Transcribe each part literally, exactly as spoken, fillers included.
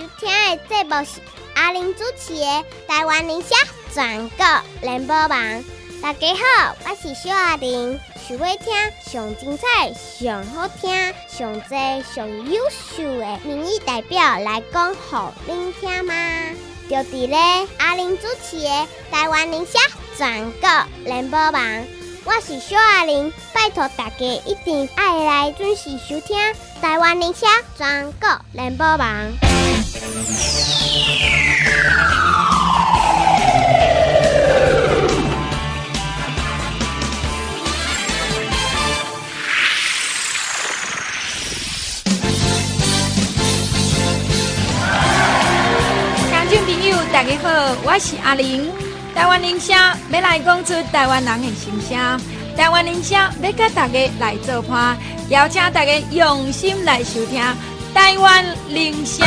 听的节目是阿玲主持的《台湾人社全国联播网》。大家好，我是小阿玲。想要听上精彩、上好听、上多、上优秀的民意代表来讲给您听吗？就伫咧阿玲主持的《台湾人社全国联播网》。我是小阿玲，拜托大家一定爱来准时收听台湾人社全国联播网。 听众朋友，大家好，我是阿玲。台湾人社要来讲出台湾人的心声，台湾人社要甲大家来做伴，邀请大家用心来收听台湾人社。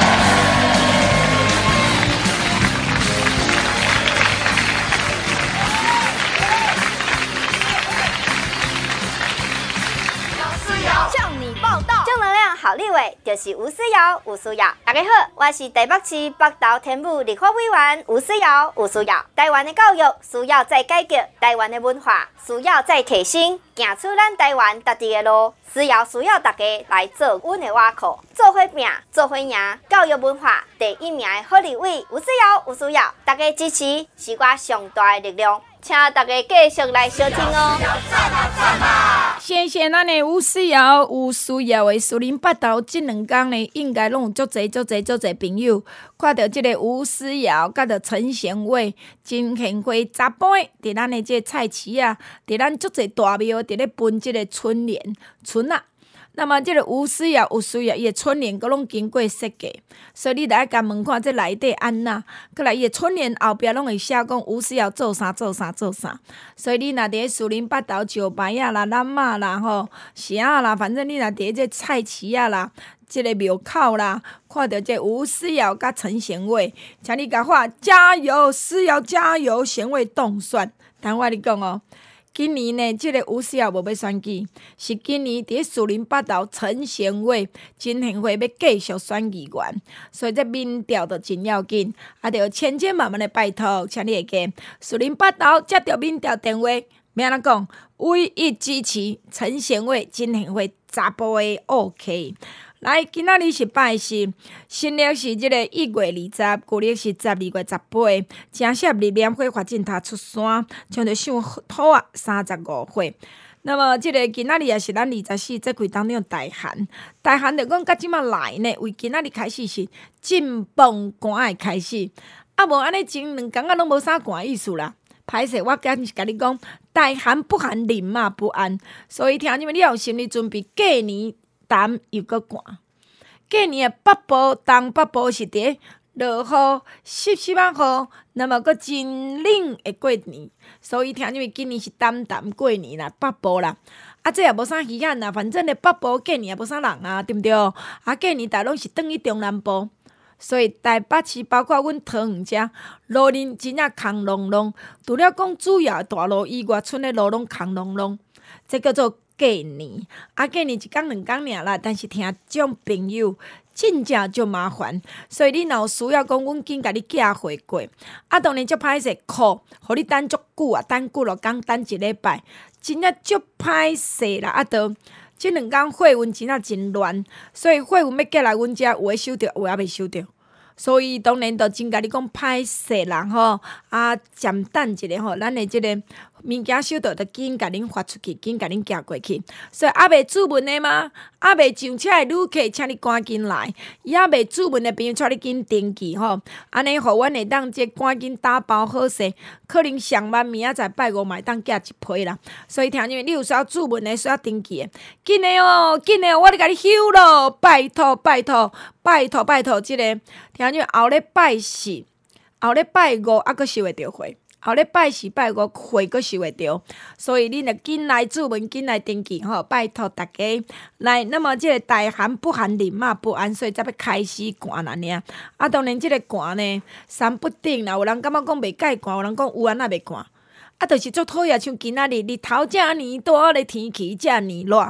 向你报道，正能量好立委就是吴思瑶，吴思瑶。大家好，我是台北市北投天母立法委员吴思瑶，吴思瑶。台湾的教育需要再改革，台湾的文化需要再提升，行出咱台湾家己的路。思瑶需要大家来做阮的瓦靠，做伙拼，做伙赢。教育文化第一名的好立委吴思瑶，吴思瑶。大家支持是我上大的力量。请大家继续来收听哦。 谢谢咱的吴思瑶，有需要的士林北投这两天呢，应该拢有足侪足侪足侪朋友看到这个吴思瑶，甲着陈贤伟、金贤辉查甫的，伫咱的这个菜市啊，伫咱足侪大庙伫咧分这个春联春啊。那么，这个吴思瑶有需要，伊的春联，佮拢经过设计，所以你来甲问看这内底安那，佮来伊的春联后壁拢会写讲吴思瑶做啥做啥做啥。所以你若伫咧士林北投石牌啊啦、南马啦、吼城啊啦，反正你若伫咧这菜市啊啦、这个庙口啦，看到这吴思瑶甲陈贤伟，请你甲我加油，思瑶加油，贤伟动选。但我你讲哦。今年呢，即、这个吴思瑶无要选举，是今年伫咧士林北投陈贤伟、金贤辉要继续选议员，所以这民调就真要紧，啊，着千千万万的拜托，请你会记士林北投接到民调电话，要安怎讲？唯一支持陈贤伟、金贤辉查甫的 OK。来，今仔日是拜是新历是即个一月二十，旧历是十二月十八。正式入念火发进塔出山，像着上土啊三十五岁。那么，即个今仔日也是咱二十四节气当中的大寒。大寒着讲，到即马来呢，为今仔日开始是进崩寒的开始。啊，无安尼前两工啊，拢无啥寒意思啦。歹势，我今是甲你讲，大寒不寒，人马不安。所以，听你们，你要有心理准备，过年。冬又搁寒，过年的北部、东北部是伫落雨、湿湿啊雨，那么搁真冷的过年，所以听因为今年是淡淡过年啦，北部啦，啊这也无啥稀罕啦，反正咧北部过年也无啥人啊，对毋对？啊过年大拢是转去中南部，所以台北市包括阮桃园遮路面真正空隆隆，除了讲主要的大路以外，剩的路拢空隆隆，这叫做。过年啊，过年一工两工尔啦，但是听种朋友真正就麻烦，所以你若有需要讲，阮紧甲你寄回过。啊，当然足歹势，苦，互你等足久啊，等几落工，等一礼拜，真正足歹势啦。啊，都即两工货运真正真乱，所以货运要寄来阮遮，有诶收着，有诶未收着。所以当然就真甲你讲歹势啦吼，啊，暂等一下吼，咱诶即个物件收到，就紧甲恁发出去，紧甲恁寄过去。所以还未注文的吗？还未上车的旅客，请你赶紧来。伊还未注文的朋友，请你紧登记吼。安尼，互阮会当即赶紧打包好势，可能上晚明仔载拜五嘛会当寄一批啦。所以听你，你有需要注文的，需要登记的，紧的哦，紧的哦，我咧甲你休咯，拜托拜托拜托拜托，即、这个听你后礼拜四、后礼拜五还阁收会着货。后礼拜四、拜五会阁收会着，所以恁着紧来注文，紧来登记吼，拜托大家来。那么即个大寒不寒，人马不安，所以才要开始寒啦尔。啊，当然即个寒呢，三不定啦。有人感觉讲袂介寒，有人讲有安那袂寒。啊，就是足讨厌，像今仔日日头遮尔大，咧天气遮尔热。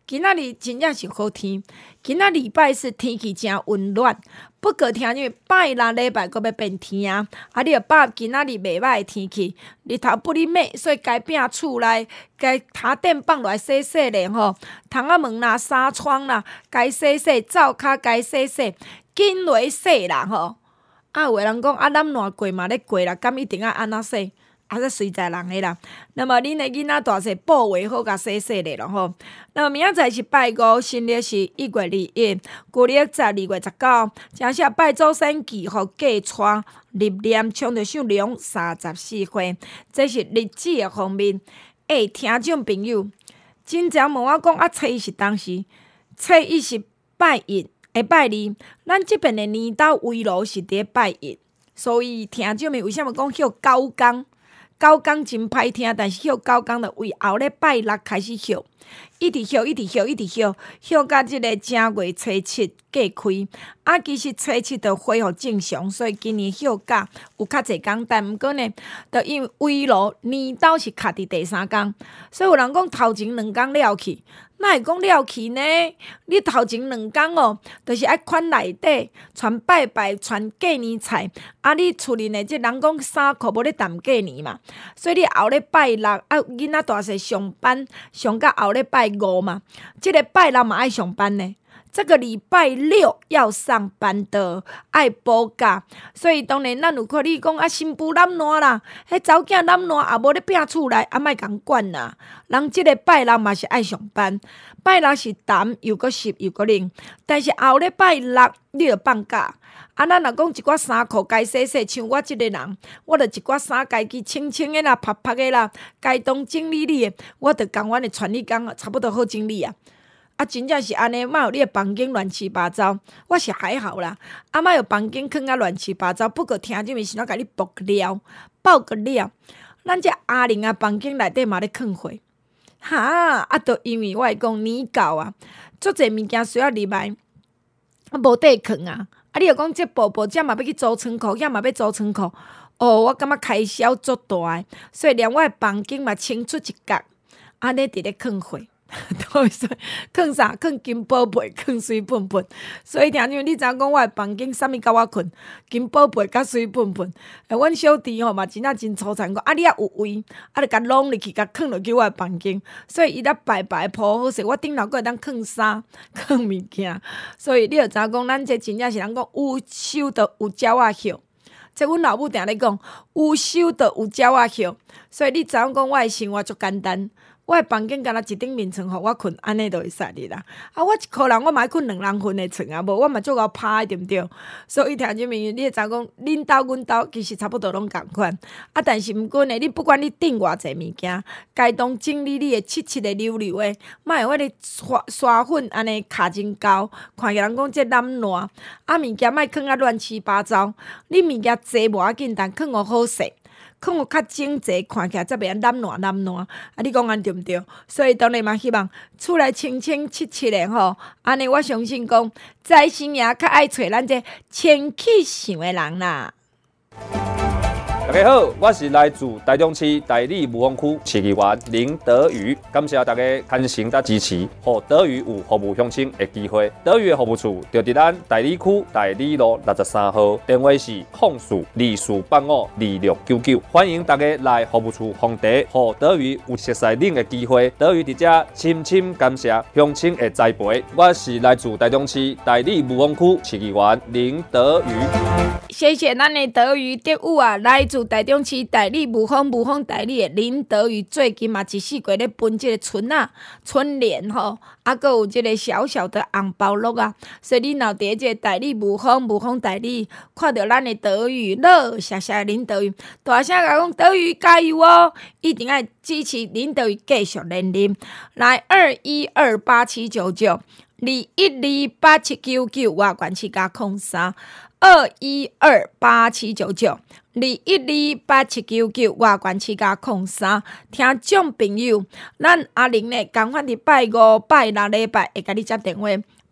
今仔日真正是好天，今仔礼拜四天气真温暖。不过听讲拜六礼拜阁要变天啊！啊，你著把握今仔日袂歹的天气，日头不哩猛，所以该摒厝内，该塔垫放落来洗洗咧吼，窗仔门啦、纱窗啦，该洗洗，灶骹该洗洗，紧落洗啦吼。啊，有个人讲啊，咱烂过嘛咧过啦，敢一定要安怎洗？啊，这随在人的啦。那么恁的囡仔大细保卫好，甲洗洗咧咯吼。那么明仔载是拜五，新历是一月二一，旧历在二月十九。正式拜祖先祈福嫁娶立念，冲着上龙三十四岁。这是日子的方面。诶，听众朋友，真常问我讲啊，初一是当时，初一是拜一，会拜二。咱即边的年斗围炉是伫拜一，所以听众们为什么讲休九工？九工真歹听，但是休九工就为后咧拜六开始休，一直休，一直休，一直休，休到即个正月初七过开。啊，其实初七就恢复正常，所以今年休假有较侪工，但毋过呢，就因为围炉年斗是卡伫第三工，所以有人讲头前两工了去。哪会讲了去呢？你头前两工哦，就是爱款内底传拜拜、传过年菜。啊，你厝里的即人讲衫裤无咧淡过年嘛，所以你后咧拜六啊，囡仔大细上班，上到后咧拜五嘛。即、这个拜六嘛爱上班呢。这个礼拜六要上班的，爱补假，所以当然咱有看你讲啊，新妇揽烂啦，迄查某囝揽烂也无咧摒厝内，啊莫共管啦。人即个拜六嘛是爱上班，拜六是淡又搁湿又搁冷，但是后咧拜六你着放假。啊，咱若讲一寡衫裤该洗洗，像我即个人，我着一寡衫该去清清的啦、拍拍的啦，该当整理理的，我着共阮的传理工差不多好整理啊。啊，真正是安尼，莫有你的房间乱七八糟，我是还好啦。啊，莫有房间囥啊乱七八糟，不过听即面是哪甲你爆了，爆个了。咱这阿玲啊，房间内底嘛咧囥货，哈啊，都因为我会讲年糕啊，足侪物件需要入来，啊无地囥啊。啊，你又讲这宝宝这嘛要去租仓库，遐嘛要租仓库，哦，我感觉开销足大诶，所以连我的房间嘛清出一角，安尼伫咧囥货。都说囥啥？囥金宝贝，囥水喷喷。所以听像你知影讲我的房间啥物甲我困？金宝贝甲水喷喷。诶，阮小弟吼嘛真正真粗残讲，啊你也有位，啊就甲拢入去，甲囥落去我的房间。所以伊咧白白铺好势，我顶头佫会当囥衫、囥物件。所以你就知影讲，咱这真正是人讲有收就有鸟仔休。即阮老母定咧讲，有收就有鸟仔休。所以你知影讲，我的生活足简单。我的房间敢若一顶面床，互我困，安尼就会使哩啦。啊，我一箍人，我嘛爱困两人份的床啊，无我嘛足够拍对毋对？所以听即面，你会知讲，恁兜阮兜其实差不多拢共款。啊，但是毋过呢，你不管你订偌济物件，该当整理你的七七的溜溜的，莫有迄个刷刷粉安尼卡真高，看起人讲这染烂，啊物件莫囥啊乱七八糟。你物件济无要紧，但囥互好势。可能较整齐，看起来才袂染烂染烂。啊，你讲安对毋对？所以当然嘛，希望厝内清清切切的吼。安尼我相信讲，财神爷较爱找咱这清气想的人啦。 大家好，我是来自台中市大里武丰区市议员林德瑜，感谢大家牵成甲支持，互德瑜有服务乡亲的机会。德瑜的服务处就伫咱大里区大里路六十三号，电话是控诉二四八五二六九九，欢迎大家来服务处访茶，互德瑜有熟悉领的机会。德瑜伫遮深深感谢乡亲的栽培。我是来自台中市大里武丰区市议员林德瑜。 谢谢咱的德瑜德务啊，来自台中市大里武丰武丰大里的林德瑜，最近嘛一四月咧分这个春啊春联吼，啊阁有这个小小的红包乐啊，所以你若伫这个大里武丰武丰大里看到咱的德瑜，乐谢谢林德瑜，大声甲讲德瑜加油哦，一定要支持林德瑜继续连任，来二一二八七九九二一二八七九九外管七加空三。二一二八七九九二一二八七九九外关七加空三，听众朋友，咱阿玲呢，赶快伫拜五、拜六礼拜会甲你接电话。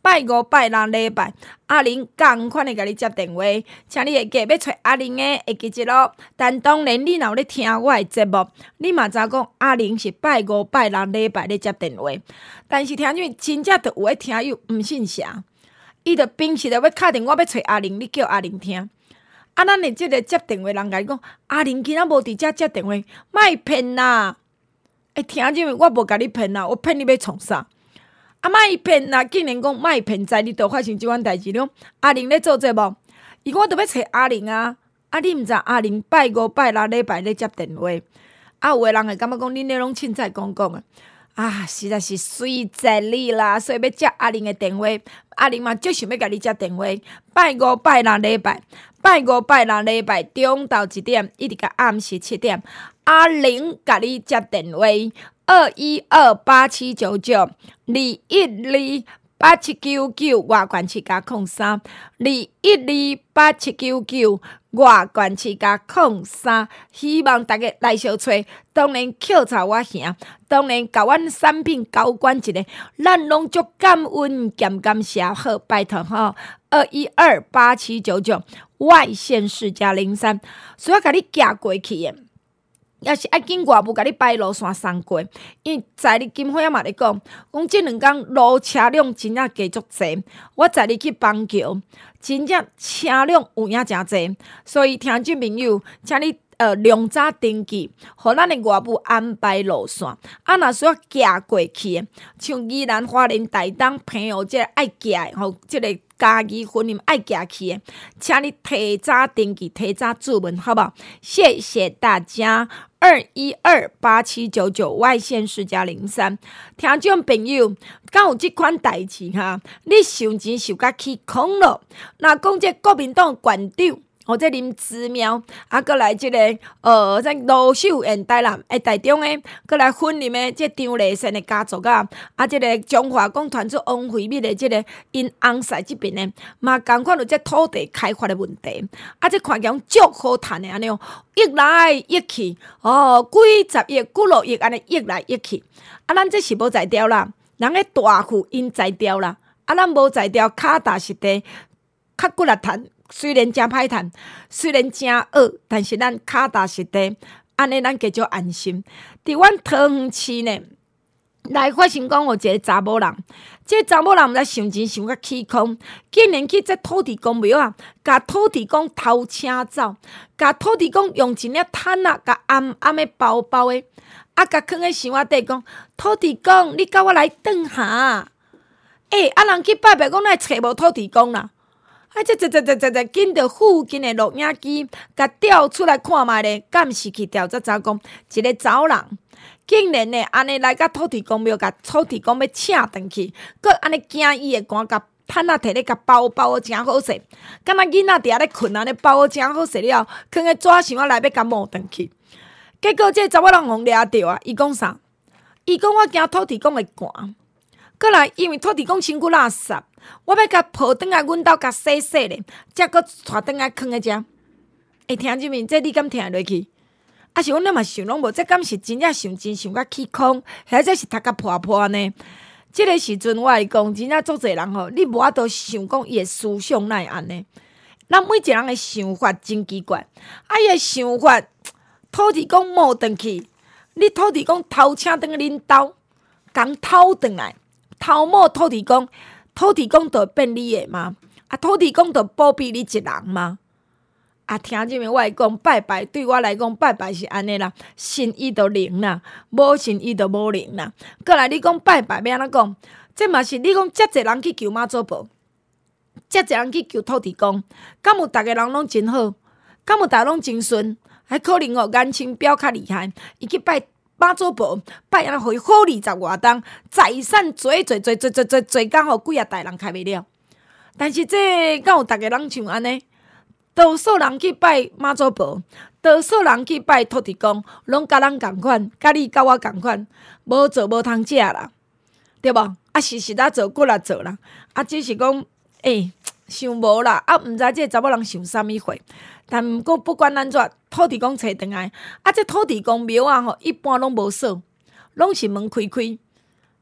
拜五拜六礼拜，阿玲同款的甲你接电话，请你会记要找阿玲的会记一咯。但当然，你若有咧听我的节目，你嘛知讲阿玲是拜五拜六礼拜咧接电话。但是听众真正就有诶听友毋信邪，伊就平时就要敲电话要找阿玲，你叫阿玲听。啊，咱的即个接电话人甲你讲，阿玲今仔无伫遮接电话，莫骗啦！诶，听众我无甲你骗啦，我骗你要创啥？啊，莫骗啦！竟然讲莫骗，在你都发生即款代志了。阿玲咧做节目，伊讲我著要找阿玲啊！啊，你毋知阿玲拜五拜六礼拜咧接电话，啊，有诶人会感觉讲恁咧拢凊彩讲讲啊！啊，实在是水在你啦，所以要接阿玲诶电话。阿玲嘛，就想要甲你接电话。拜五拜六礼拜，拜五拜六礼拜中昼一点，一直到暗时七点，阿玲甲你接电话。二一二八七九九，二一二八七九九，外关七加空三，二一二八七九九，外关七加空三。希望大家来相找，当然扣查我兄，当然甲阮产品交关一个，咱拢足感恩兼感谢，好拜托吼。二一二八七九九，外县市加零三，所以甲你行过去的。也是爱紧外部甲你摆路线送过，因为在你金花也嘛咧讲，讲即两天路车辆真正加足济，我载你去邦桥，真正车辆有影诚济，所以听众朋友，请你呃量早登记，互咱的外部安排路线。啊，若需要行过去的，像宜兰花莲台东朋友即个爱行的，吼，即个家己婚姻爱行去的，请你提早登记，提早注文，好不好？谢谢大家。二一二八七九九，外县市加零三，听众朋友，敢有即款代志哈？你收钱收甲起空了，若讲这国民党馆长。或者林姿妙，啊，过来即、这个呃，即罗秀燕台南诶台中诶，过来婚礼诶，即张丽仙诶家族啊，啊，即、这个中华公团出王惠美诶，即个因翁婿即边诶，嘛共款有即土地开发诶问题，啊，即看起来足好趁诶安尼哦，亿来亿去，哦，几十亿、几落亿安尼亿来亿去，啊，咱这是无才调啦，人诶大户因才调啦，啊，咱无才调，脚踏实地，较骨力趁。虽然真歹趁，虽然真恶，但是咱脚踏实地，安尼咱加足安心。伫阮桃园市呢，来发生讲有一个查某人，这个查某人毋知想钱想甲起空，竟然去这土地公庙啊，甲土地公偷车走，甲土地公用一领毯啊，甲暗暗的包包的，啊，甲囥喺箱仔底讲，土地公，你甲我来转下。诶、欸，啊人去拜拜讲，哪会找无土地公啦？啊！这这这这这这，紧着附近的录影机，甲调出来看卖咧，敢是去调查查讲，一个查人竟然呢，安尼来甲土地公庙，甲土地公要请转去，佮安尼惊伊的肝，甲毯仔摕咧，甲包包真好势，敢若囡仔伫遐咧困安尼包真好势了，囥个纸箱仔内要甲摸转去。结果这查某人互掠着啊！伊讲啥？伊讲我惊土地公会寒。过来，因为土地公身躯垃圾，我要甲抱转来阮兜甲洗洗咧，才搁带转来囥咧遮。会听入面，这你敢听落去？啊是阮咧嘛想拢无，这敢是真正想钱想甲起空，或者是读甲破破呢？即、这个时阵我来讲，真正足侪人吼，你无法度想讲伊的思想哪会安尼？咱每一个人的想法真奇怪，啊伊的想法，土地公摸转去，你土地公偷请转去恁兜，共偷转来。偷摸土地公，土地公就变你的吗？啊，土地公就保庇你一人吗？啊，听入面我会讲拜拜，对我来讲拜拜是安尼啦，信伊就灵啦，无信伊就无灵啦。过来你讲拜拜要安怎讲？这嘛是你讲遮侪人去求妈祖婆，遮侪人去求土地公，敢有逐个人拢真好？敢有逐个拢真顺？还可能哦，眼睛表较厉害，伊去拜。妈祖婆拜安尼，好二十外冬，财产做做做做做做做，刚好几啊代人开袂了。但是这敢有逐个人像安尼？多数人去拜妈祖婆，多数人去拜土地公，拢甲咱共款，甲你甲我共款，无做无通食啦，对无？啊，实实在做，骨力做啦。啊，只是讲，诶、欸，想无啦。啊，毋知这查某人想啥物货。但毋过不管安怎，土地公找转来，啊，这土地公庙啊吼，一般拢无锁，拢是门开开。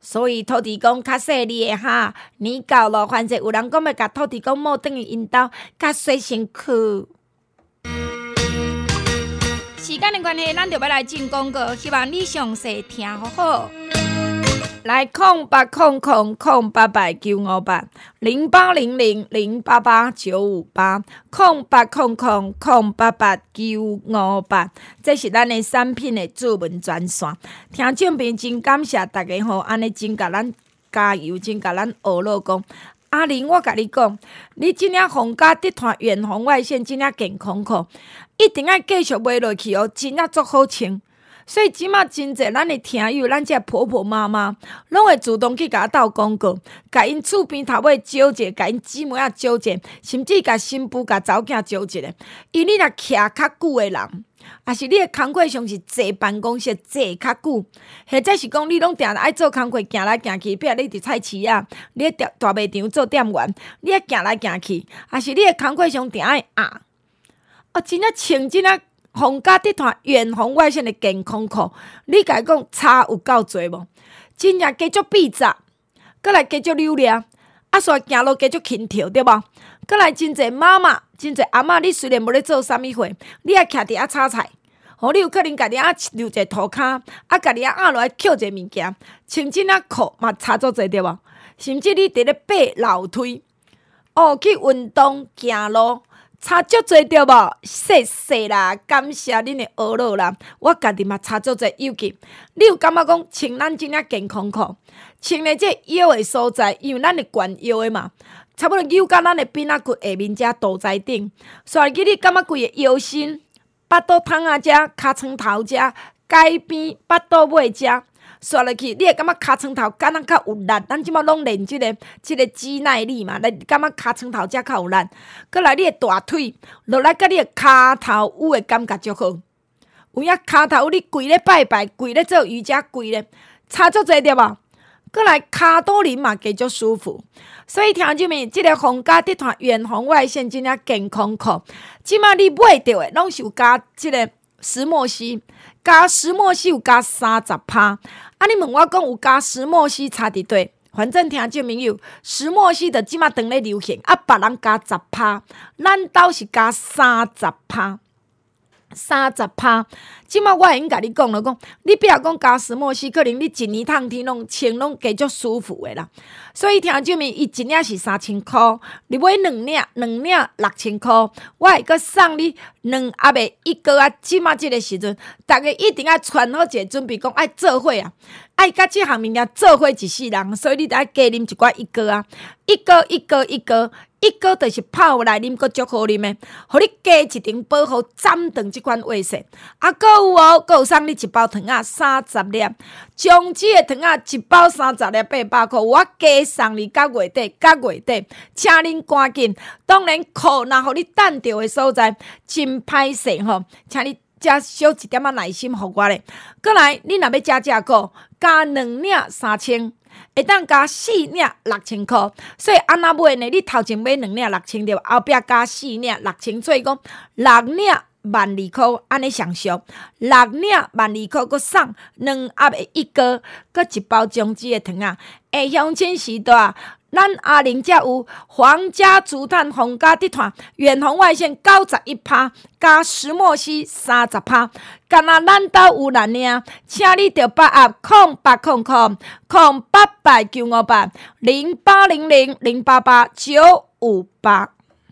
所以土地公较细腻的哈，年到了，凡是有人讲要甲土地公摸转去因兜，较细身躯。时间的关系，咱就要来进广告，希望你详细听好好。来空八空空空八八九五八零八零零零八八九五八空八空空空八八九五八，这是咱的产品的主文专线。听众朋友真感谢大家吼，安尼真甲咱加油，真甲咱学老讲。阿玲，我甲你讲，你真正皇家集团远红外线真正健康裤，一定要继续买落去哦，真正足好穿。所以即马真侪咱的听友，咱这婆婆妈妈，拢会主动去甲我斗广告，甲因厝边头尾招一个，甲因姊妹仔招一个，甚至甲新妇、甲查某囝招一个。因你若徛较久的人，也是你的工课上是坐办公室坐较久，或者是讲你拢定爱做工课，行来行去，比如你伫菜市啊，你伫大卖场做店员，你爱行来行去，也是你的工课上定爱压。啊，真正穿真正。皇家集团远红外线的健康裤，你甲伊讲差有够多无？真正加足闭杂，搁来加足溜亮，啊，煞行路加足轻跳，对无？搁来真侪妈妈，真侪阿嬷，你虽然无咧做啥物货，你也徛伫遐炒菜，吼，你有可能家己啊留一个涂骹，啊，家己啊压落来捡一个物件，穿真仔裤嘛差足侪，对无？甚至你伫咧爬楼梯，哦，去运动行路。差足侪对无？谢谢啦，感谢恁的学老啦。我家己嘛差足侪，尤其你有感觉讲穿咱真正健康裤，穿的这腰的所在，因为咱的悬腰的嘛，差不多腰到咱的髌仔骨下面遮肚脐顶，所以你感觉规个腰身、巴肚迵仔遮、尻川头遮、改边、巴肚尾遮。刷落去，你会感觉尻川头敢若较有力，咱即马拢练即、這个即、這个肌耐力嘛，来感觉尻川头才较有力。搁来你的大腿落来，甲你的骹头有的感觉就好。有影骹头你跪咧拜拜，跪咧做瑜伽，跪咧差足侪对无？搁来骹肚仁嘛加足舒服。所以听众们，即、這个皇家集团远红外线真正健康裤，即马你买到的拢是有加即、這个石墨烯。加石墨烯有加三十趴，啊！你问我讲有加石墨烯差伫对？反正听证明有石墨烯的即马当咧流行，啊，别人加十趴，咱兜是加三十趴，三十趴。即马我会用甲你讲了，讲你比如讲加石墨烯，可能你一年烫天拢穿拢加足舒服的啦。所以听证明伊一领是三千箍，你买两领，两领六千箍，我会阁送你两盒的一个啊！即马即个时阵，大家一定要穿好一个准备，讲爱做伙啊，爱甲即项物件做伙一世人，所以你得爱加啉一寡一个啊，一个一个一个。一个就是泡来啉，阁足好啉的，互你加一层保护斩断即款卫生。啊，阁有哦，阁有送你一包糖仔三十粒，将即个糖仔一包三十粒八百箍，我加送你到月底，到月底，请恁赶紧。当然，裤若互你等着的所在真歹势吼，请你加小一点仔耐心互我咧。阁来，你若要加价购，加两领三千。会当加四领六千箍，所以安那买呢？你头前买两领六千对，后壁加四领六千，所以讲六领万二箍，安尼上俗。六领万二箍，佮送两盒的一个，佮一包姜汁的糖仔。下乡亲时代，咱阿玲才有皇家竹炭皇家集团远红外线九十一趴，加石墨烯三十趴。干那咱兜有咱尔，请你着把握空八空空空八八九五八零八零零零八八九五八。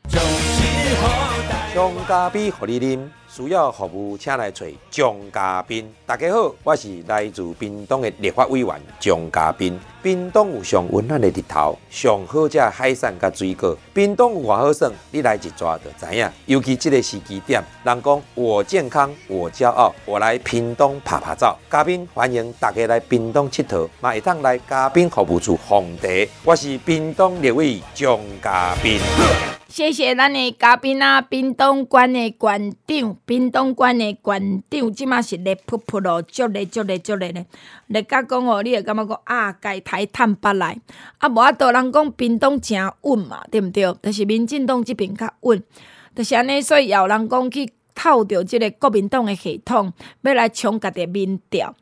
姜咖啡互你啉，需要服务请来找姜咖啡。大家好，我是来自屏东的立法委员姜咖啡。屏东有上温暖的日头，上好食海产甲水果。屏东有偌好耍，你来一抓就知影。尤其这个时机点，人讲我健康我骄傲，我来屏东拍拍照。嘉宾欢迎大家来屏东佚佗，嘛会当来嘉宾服务处奉茶。我是屏东立委姜咖啡。 谢谢咱的嘉宾啊，屏东县的县长，屏东县的县长，即马是热噗噗咯，足热足热足热咧。热甲讲哦，你会感觉讲啊，该台探北来，啊无啊，多人讲屏东诚稳嘛，对毋对？但是民进党这边较稳，就是安尼，所以也有人讲去透着即个国民党的系统，要来冲家己民调。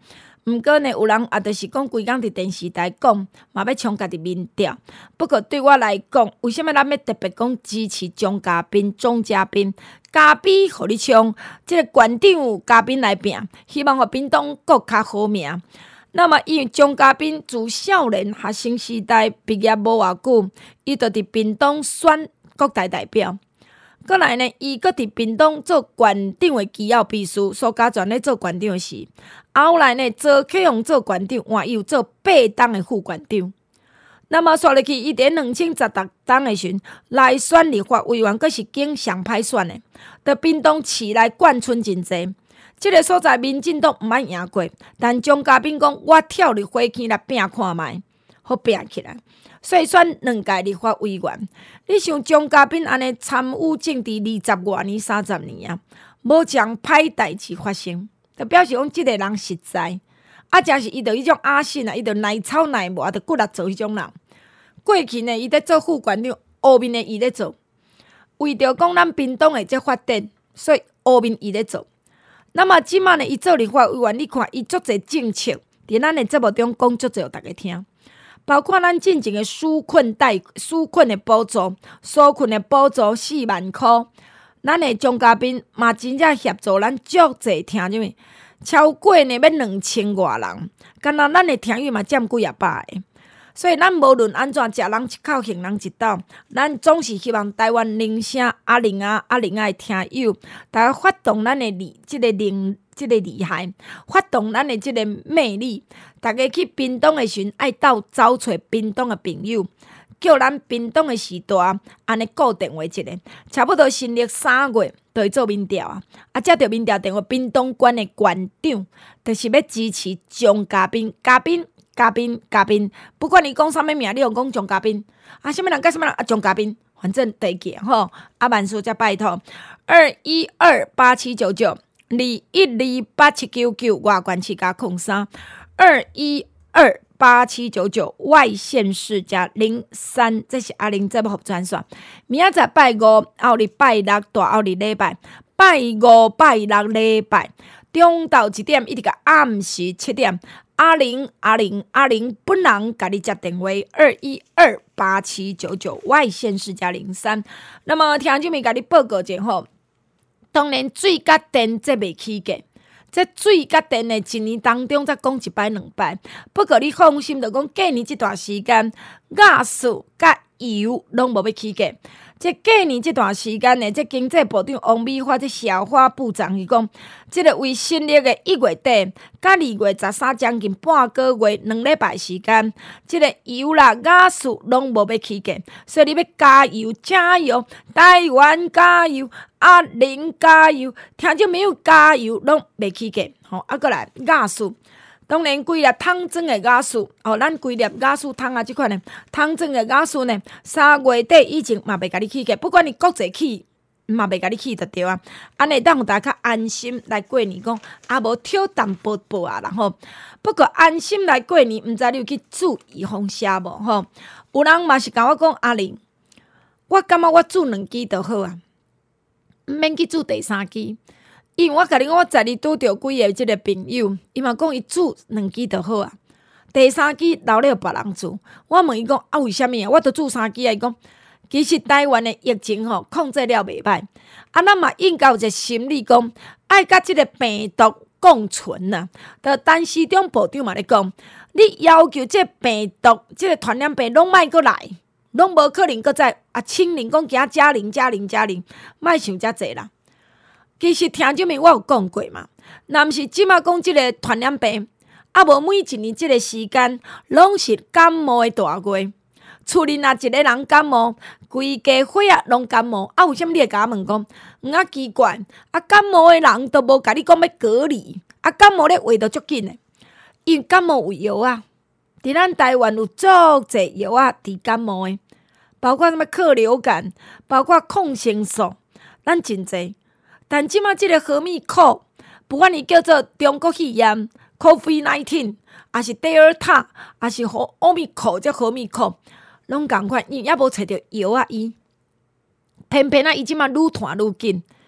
毋过呢，有人也就是讲规工伫电视台讲，嘛要冲家己民调。不过对我来讲，为什么咱要特别讲支持钟嘉宾、钟嘉宾？嘉宾互你冲，即、这个县长有嘉宾来拼，希望互屏东更较好名。那么，因为钟嘉宾自少年学生时代毕业无偌久，伊就伫屏东选国台代表。过来呢，伊搁伫屏东做县长的机要秘书，苏家全咧做县长时，后来呢，做启用做县长，换又做八党的副县长。那么说入去，伊伫两千十六党的时来选立法委员，阁是经上歹选的，伫屏东市内眷村真济。即个所在民进党毋捌赢过，但钟嘉宾讲，我跳入火坑来拼看卖，好拼起来。所以选两届立法委员，你想钟嘉宾安尼参与政治二十外年、三十年啊，无将歹代志发生，就表示讲即个人实在。啊，真是伊着迄种阿信啊，伊着耐操耐磨，着骨力做迄种人。过去呢，伊咧做副县长，后面呢伊咧做，为着讲咱屏东的这发展，所以后面伊咧做。那么即马呢，伊做立法委员，你看伊足侪政策，伫咱的节目中讲足侪，互大家听。包括咱进前的纾困贷、纾困的补助、纾困的补助四万箍，咱的钟嘉宾嘛真正协助咱足侪听众，超过呢要两千外人，敢若咱的听友嘛占几啊百个。所以咱无论安怎，食人一口，行人一斗，咱总是希望台湾铃声阿玲啊阿玲啊的听友，大家发动咱的力，即、这个灵，即、这个厉害，发动咱的即个魅力，大家去屏东的时，爱到找找屏东的朋友，叫咱屏东的时代安尼固定话一个，差不多新历三月就会做民调啊，啊，接到民调电话，屏东县的县长就是要支持钟嘉宾，嘉宾。嘉宾，嘉宾，不管你讲啥物名，你用讲钟嘉宾啊，什么人甲什么人啊，钟嘉宾，反正第几吼，啊，万事再拜托，二一二八七九九，二一二八七九九，外关七加空三，二一二八七九九，外县市加零三，这是阿玲节目服专线。明仔载拜五，后日拜六，大后日礼拜，拜五、拜六礼拜，中昼一点一直到暗时七点。阿玲阿玲阿玲本人甲你接电话二一二八七九九外县市加零三。那么听众们甲你报告一下吼，当然水甲电这未起价，这水甲电的一年当中才讲一摆两摆。不过你放心，就讲过年这段时间，雅素甲油拢无要起价。这过年这段时间呢，这经济部长王美花这小花部长伊讲，这个为新历的一月底甲二月十三将近半个月两礼拜时间，这个油啦、雅素拢无要起价，所以你要加油加油，台湾加油，阿玲加油，听众朋友加油，拢袂起价。吼、哦，啊，过来雅素。当然，规粒汤装的雅素，哦，咱规粒雅素汤啊，即款呢，汤装的雅素呢，三月底以前嘛袂甲你起价，不管你国际起，嘛袂甲你起就对啊。安尼当大家较安心来过年，讲啊无挑淡薄薄啊，然后不过安心来过年，毋知你有去注意风险无吼？有人嘛是甲我讲阿玲，我感觉我煮两支就好啊，毋免去煮第三支。因为我甲你讲，我昨日拄着几个即个朋友，伊嘛讲伊煮两支就好啊，第三支留了别人煮。我问伊讲啊，为虾米啊？我都煮三支啊！伊讲其实台湾的疫情吼控制了袂歹，啊，咱嘛应该有一个心理讲，爱甲即个病毒共存呐。着陈时中部长嘛咧讲，你要求即个病毒、即个传染病拢莫阁来，拢无可能阁再啊，清零讲惊加零加零加零，莫想遮济啦。其实听众们我有讲过嘛，若毋是即马讲即个传染病，啊无每一年即个时间拢是感冒的大月。厝里若一个人感冒，规家伙仔拢感冒，啊为什么你会甲我问讲？毋啊奇怪，啊感冒的人都无甲你讲要隔离，啊感冒咧话都足紧的，因为感冒有药啊，伫咱台湾有足侪药啊治感冒的，包括什么克流感，包括抗生素，咱真侪。但即马即个河密克，不管你叫做中国肺炎 （COVID 十九），还是 Delta， 还是和奥密克即河密克，拢共款，因也无找着药啊医，偏偏啊伊即马愈传愈紧。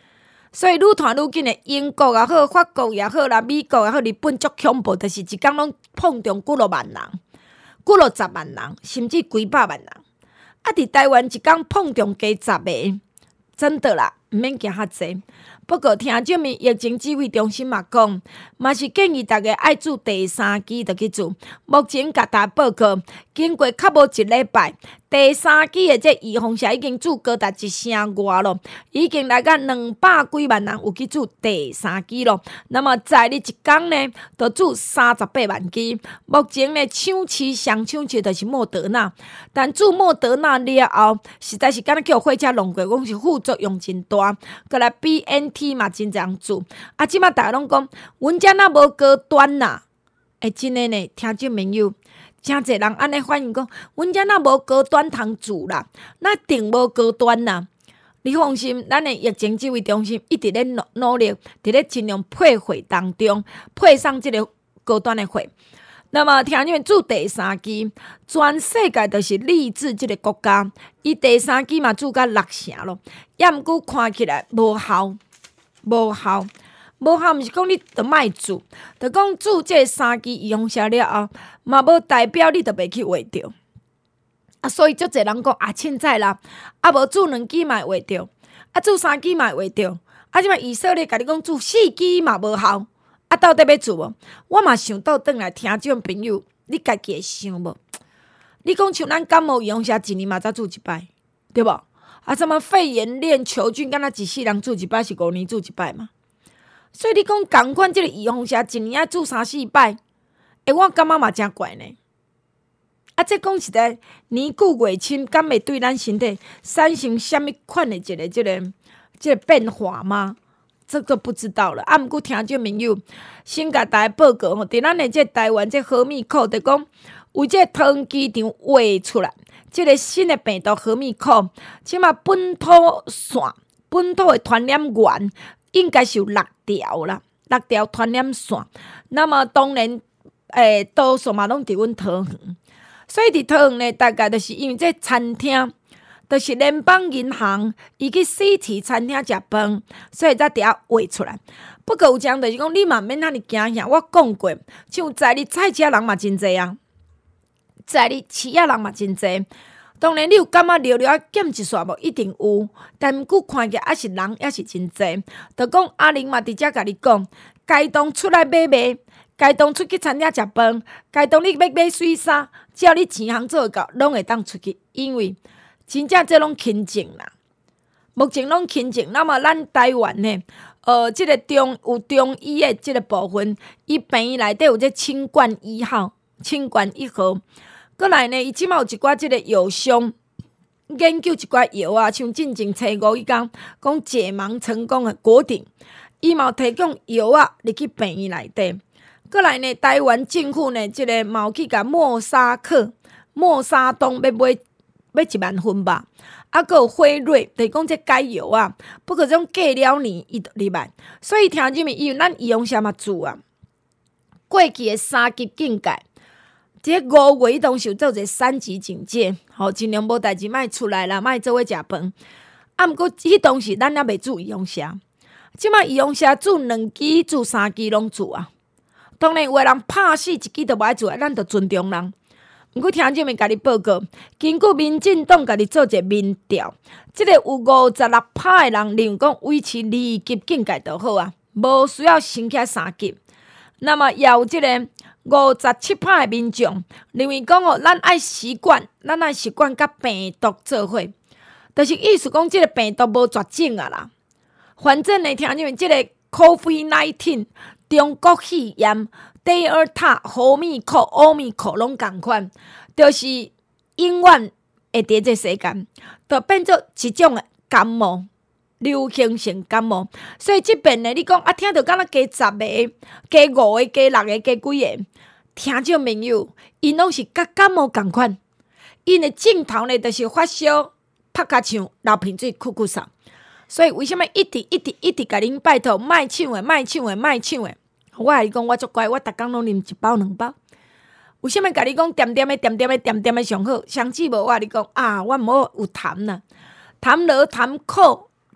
所以愈传愈紧的，英国也好，法国也好啦，美国也好，日本足恐怖，就是一工拢碰中几落万人，几落十万人，甚至几百万人。啊，伫台湾一工碰中加十个，真的啦，毋免惊遐济。不过听证明疫情指挥中心嘛讲，嘛是建议大家爱做第三期就去做。目前甲大家报告，经过较无一礼拜，第三期的这预防射已经做高达一成外咯，已经来到两百几万人有去做第三期咯。那么在你一工呢，就做三十八万剂。目前呢，抢市上抢市就是莫德纳，但做莫德纳了后，实在是敢若叫火车弄过，讲是副作用真大。过来 B N T 嘛真这样做，啊，即马大家拢讲，阮遮若无高端呐，诶，真诶呢，听众朋友。真侪人安尼反映讲，阮遮若无高端通做啦，那定无高端啦。你放心，咱的疫情指挥中心一直咧努努力，伫咧尽量配货当中配上即个高端的货。那么听你们做第三期，全世界都是励志即个国家，伊第三期嘛做到六成咯，也毋过看起来无效，无效。无效，毋是讲你着莫做，着讲做这三期预防射了后，嘛无代表你着袂去画着。啊，所以足侪人讲啊，凊彩啦，啊无做两期嘛会画着，啊做三期嘛会画着，啊即摆以色列甲你讲做四期嘛无效，啊到底要做无？我嘛想倒转来听种朋友，你家己会想无？你讲像咱感冒预防射一年嘛才做一摆，对无？啊什么肺炎链球菌，敢若一世人做一摆是五年做一摆嘛？所以你讲共款即个预防射一年要做三四摆，诶，我感觉嘛真怪呢。啊，这讲实在，年久月深，敢会对咱身体产生什么款的一个、即个、即个变化吗？这个不知道了。啊，毋过听众朋友先甲大家报告吼，伫咱的这台湾这和密克，就讲为这桃园机场画出来，即个新的病毒和密克，即嘛本土线、本土的传染源。应该是有六条啦，六条传染线。那么当然，诶、欸，多数嘛拢伫阮桃园。所以伫桃园呢，大概就是因为这餐厅，就是联邦银行伊去试吃餐厅食饭，所以才伫遐画出来。不过有讲就是讲，你嘛免遐尼惊遐。我讲过，像在你菜市人嘛真侪啊，在你市仔人嘛真侪。当然，你有感觉聊聊啊减一撮无？一定有，但毋过看起来也是人，也是真济。就讲阿玲嘛，伫遮甲你讲，该当出来买卖，该当出去餐厅食饭，该当你要买水衫，只要你钱通做到，拢会当出去。因为真正这拢轻症啦，目前拢轻症。那么咱台湾呢，呃，即、这个中有中医的即个部分，伊病院内底有这清冠一号、清冠一号。过来呢，伊即马有一寡即个药商研究一寡药啊，像进前初五伊讲讲解盲成功的果顶，伊嘛有提供药啊入去病院内底。过来呢，台湾政府呢，即、这个嘛有去甲莫沙克、莫沙东要买买一万份吧，啊，佮有辉瑞，就是讲这解药啊，不过这种过了年伊就入来，所以听入面因为咱医用啥嘛做啊，过去的三级警戒。即个五月当时有做者三级警戒，吼，尽量无代志莫出来啦，莫做伙食饭。啊，毋过迄当时咱也未做预防射，即摆预防射做两支、做三支拢做啊。当然有个人拍死一支都无爱做，咱着尊重人。毋过听众们甲你报告，根据民进党甲你做者民调，即、这个有五十六趴的人认为讲维持二级警戒就好啊，无需要升起三级。那么也有即、这个。五十七趴的民众认为讲哦，咱爱习惯，咱爱习惯甲病毒做伙，就是意思讲，即个病毒无绝种啊啦。反正呢，听你们即个 COVID 十九 中国肺炎、德尔塔、奥密克、奥密克拢共款，就是永远会伫这世间，就变做一种的感冒。流行性感冒，所以即边呢，你讲啊，听到敢若加十个、加五个、加六个、加几个，听众朋友，因拢是甲感冒共款，因的症头呢，就是发烧、拍甲呛、流鼻水、咳咳嗽。所以为什么一直一直一直甲恁拜托，莫抢诶，莫抢诶，莫抢诶？我甲你讲，我足乖，我逐工拢啉一包两包。为什么甲你讲点点诶、点点诶、点点诶上好？上次无我甲你讲啊，我毋好有痰啦，痰落痰苦。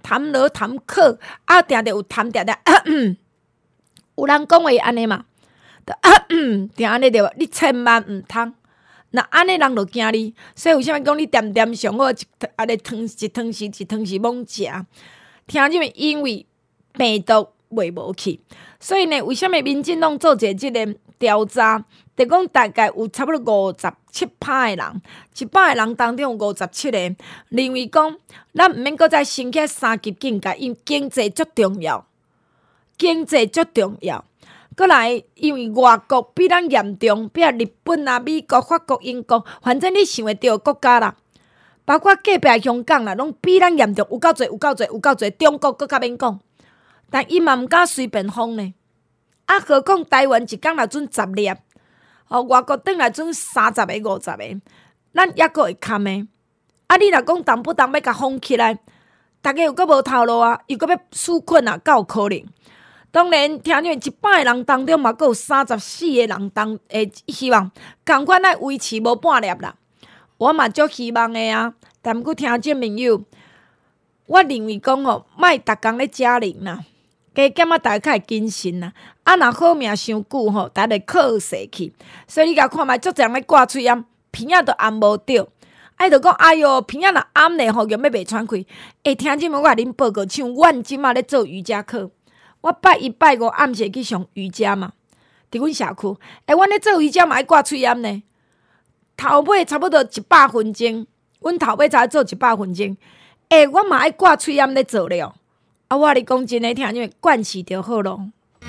痰落痰渴，啊，定定有痰定定，有人讲话安尼嘛，定安尼对无？你千万毋通。那安尼人就惊你，所以为什么讲你点点上好，一安尼汤一汤匙一汤匙猛食？听入面因为病毒袂无去，所以呢，为什么民进党做者即个调查？就讲大概有差不多五十七趴的人，一百个人当中有五十七个认为讲，咱毋免搁再升起三级警戒，因经济足重要，经济足重要。过来，因为外国比咱严重，比如日本啊、美国、法国、英国，反正你想会到的国家啦，包括隔壁香港啦，拢比咱严重，有够侪，有够侪，有够侪。中国搁较免讲，但伊嘛毋敢随便封呢。啊，何况台湾一工若准十例，哦，外国转来准三十个、五十个，咱抑阁会堪的。啊，你若讲动不动要甲封起来，逐个又阁无头路啊，又阁要纾困啊，敢有可能？当然，听见一百个人当中嘛，阁有三十四个人当诶，希望共款来维持无半粒啦。我嘛足希望的啊，但毋过听众朋友，我认为讲吼，莫逐工咧遮人啦，加减啊，大家较会谨慎啦。啊，若好命伤久吼，大家会靠势去。所以你甲看觅，足侪人咧挂喙炎，鼻仔都按无着。哎，就讲哎哟，鼻仔若按咧吼，用要袂喘气。诶，听众们，我甲恁报告，像阮即马咧做瑜伽课。我拜一拜五暗时去上瑜伽嘛，伫阮社区。诶，阮咧做瑜伽嘛爱挂喙炎呢。头尾差不多一百分钟，阮头尾才做一百分钟。诶，我嘛爱挂喙炎咧做了。啊，我咧讲真诶，听因为惯势就好咯。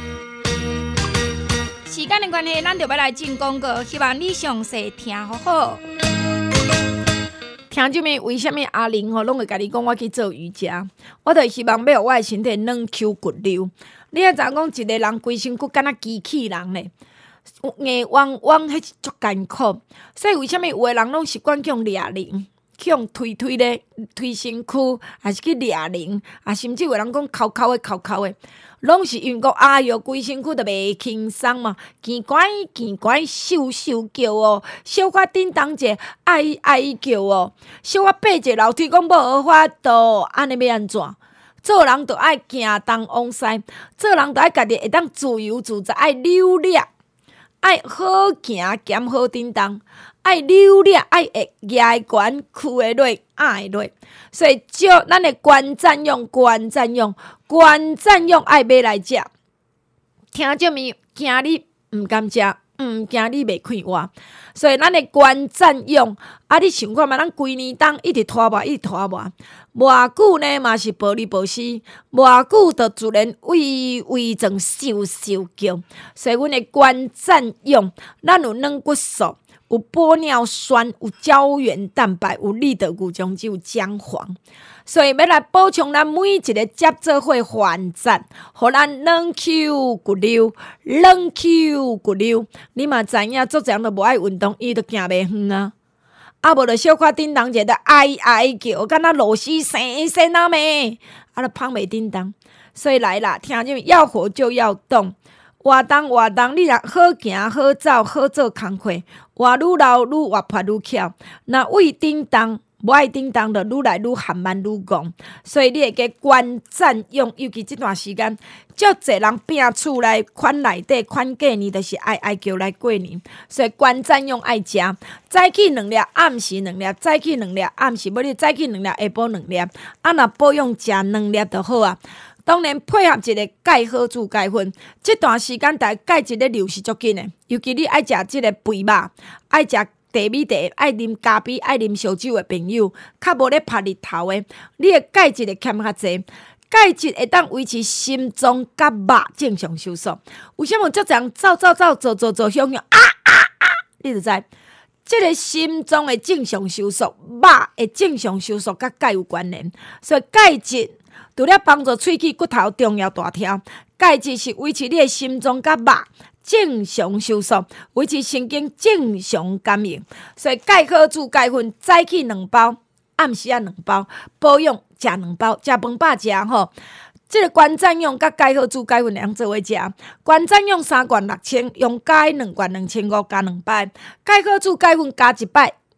时间的关系，咱就要来进广告，希望你详细听好好。听这面为什么阿玲吼拢会甲你讲我去做瑜伽？我就希望要互我的身体软 Q 骨溜。你也知影讲一个人规身躯敢若机器人咧，硬汪汪，迄是足艰苦。所以为什么有的人拢习惯去用哑铃，去用推推咧推身躯，还是去哑铃，啊，甚至有人讲哭哭的哭哭的，拢是因为讲哎哟，规身躯都袂轻松嘛，奇怪奇怪，咻咻叫哦，小可叮当者哀哀叫哦，小可爬一个楼梯讲无法度，安尼要安怎？做人就爱行东往西，做人就爱家己会当自由自在，爱溜力，爱好行兼好叮当，爱溜力，爱会举会悬，屈会落，压会落。所以少咱的观瞻用，观瞻用，观瞻用爱买来食。听这面惊你毋甘食，毋惊你袂快活。所以咱的观瞻用，啊，你想看嘛？咱规年冬一直拖磨，一直拖磨。偌久呢嘛是保利保湿，偌久就自然胃胃症咻咻叫。所以阮的观瞻用，咱有软骨素，有玻尿酸，有胶原蛋白，有立德固醇，有姜黄。所以要来补充咱每一个接做伙环节，互咱软 Q 骨溜，软 Q 骨溜。你嘛知影，做这样都无爱运动，伊都行袂远啊。啊，无就小可叮当者，就哀哀叫，敢若螺丝生生啊咩，啊，都胖袂叮当。所以来啦，听见要活就要动，活动活动，你若好行好走好做工课，活愈老愈活泼愈巧。若胃叮当。无爱叮当就愈来愈含慢愈戆，所以你会加观瞻用，尤其这段时间，足侪人拼厝内款内底款过年，就是爱爱叫来过年，所以观瞻用爱食，早起两粒，暗时两粒，早起两粒，暗时要你早起两粒，下晡两粒，啊若保养食两粒就好啊。当然配合一个钙好煮钙粉，这段时间大钙质的流是足紧的，尤其你爱食这个肥肉，爱食。茶米茶爱啉咖啡、爱啉烧酒的朋友，较无咧晒日头的，你的钙质会欠较济。钙质会当维持心脏甲肉正常收缩。为什么足侪人走走走、走走走、向向啊啊啊？你就知，这个心脏的正常收缩、肉的正常收缩，甲钙有关联。所以钙质除了帮助喙齿骨头重要大条，钙质是维持你的心脏甲肉正常收缩，维持神经正常感应。所以钙好煮钙粉，早起两包，暗时啊两包，保养食两包，食饭饱食吼。这个观瞻用甲钙好煮钙粉两做伙食，观瞻用三罐六千，用钙两罐两千五加两摆，钙好煮钙粉加一摆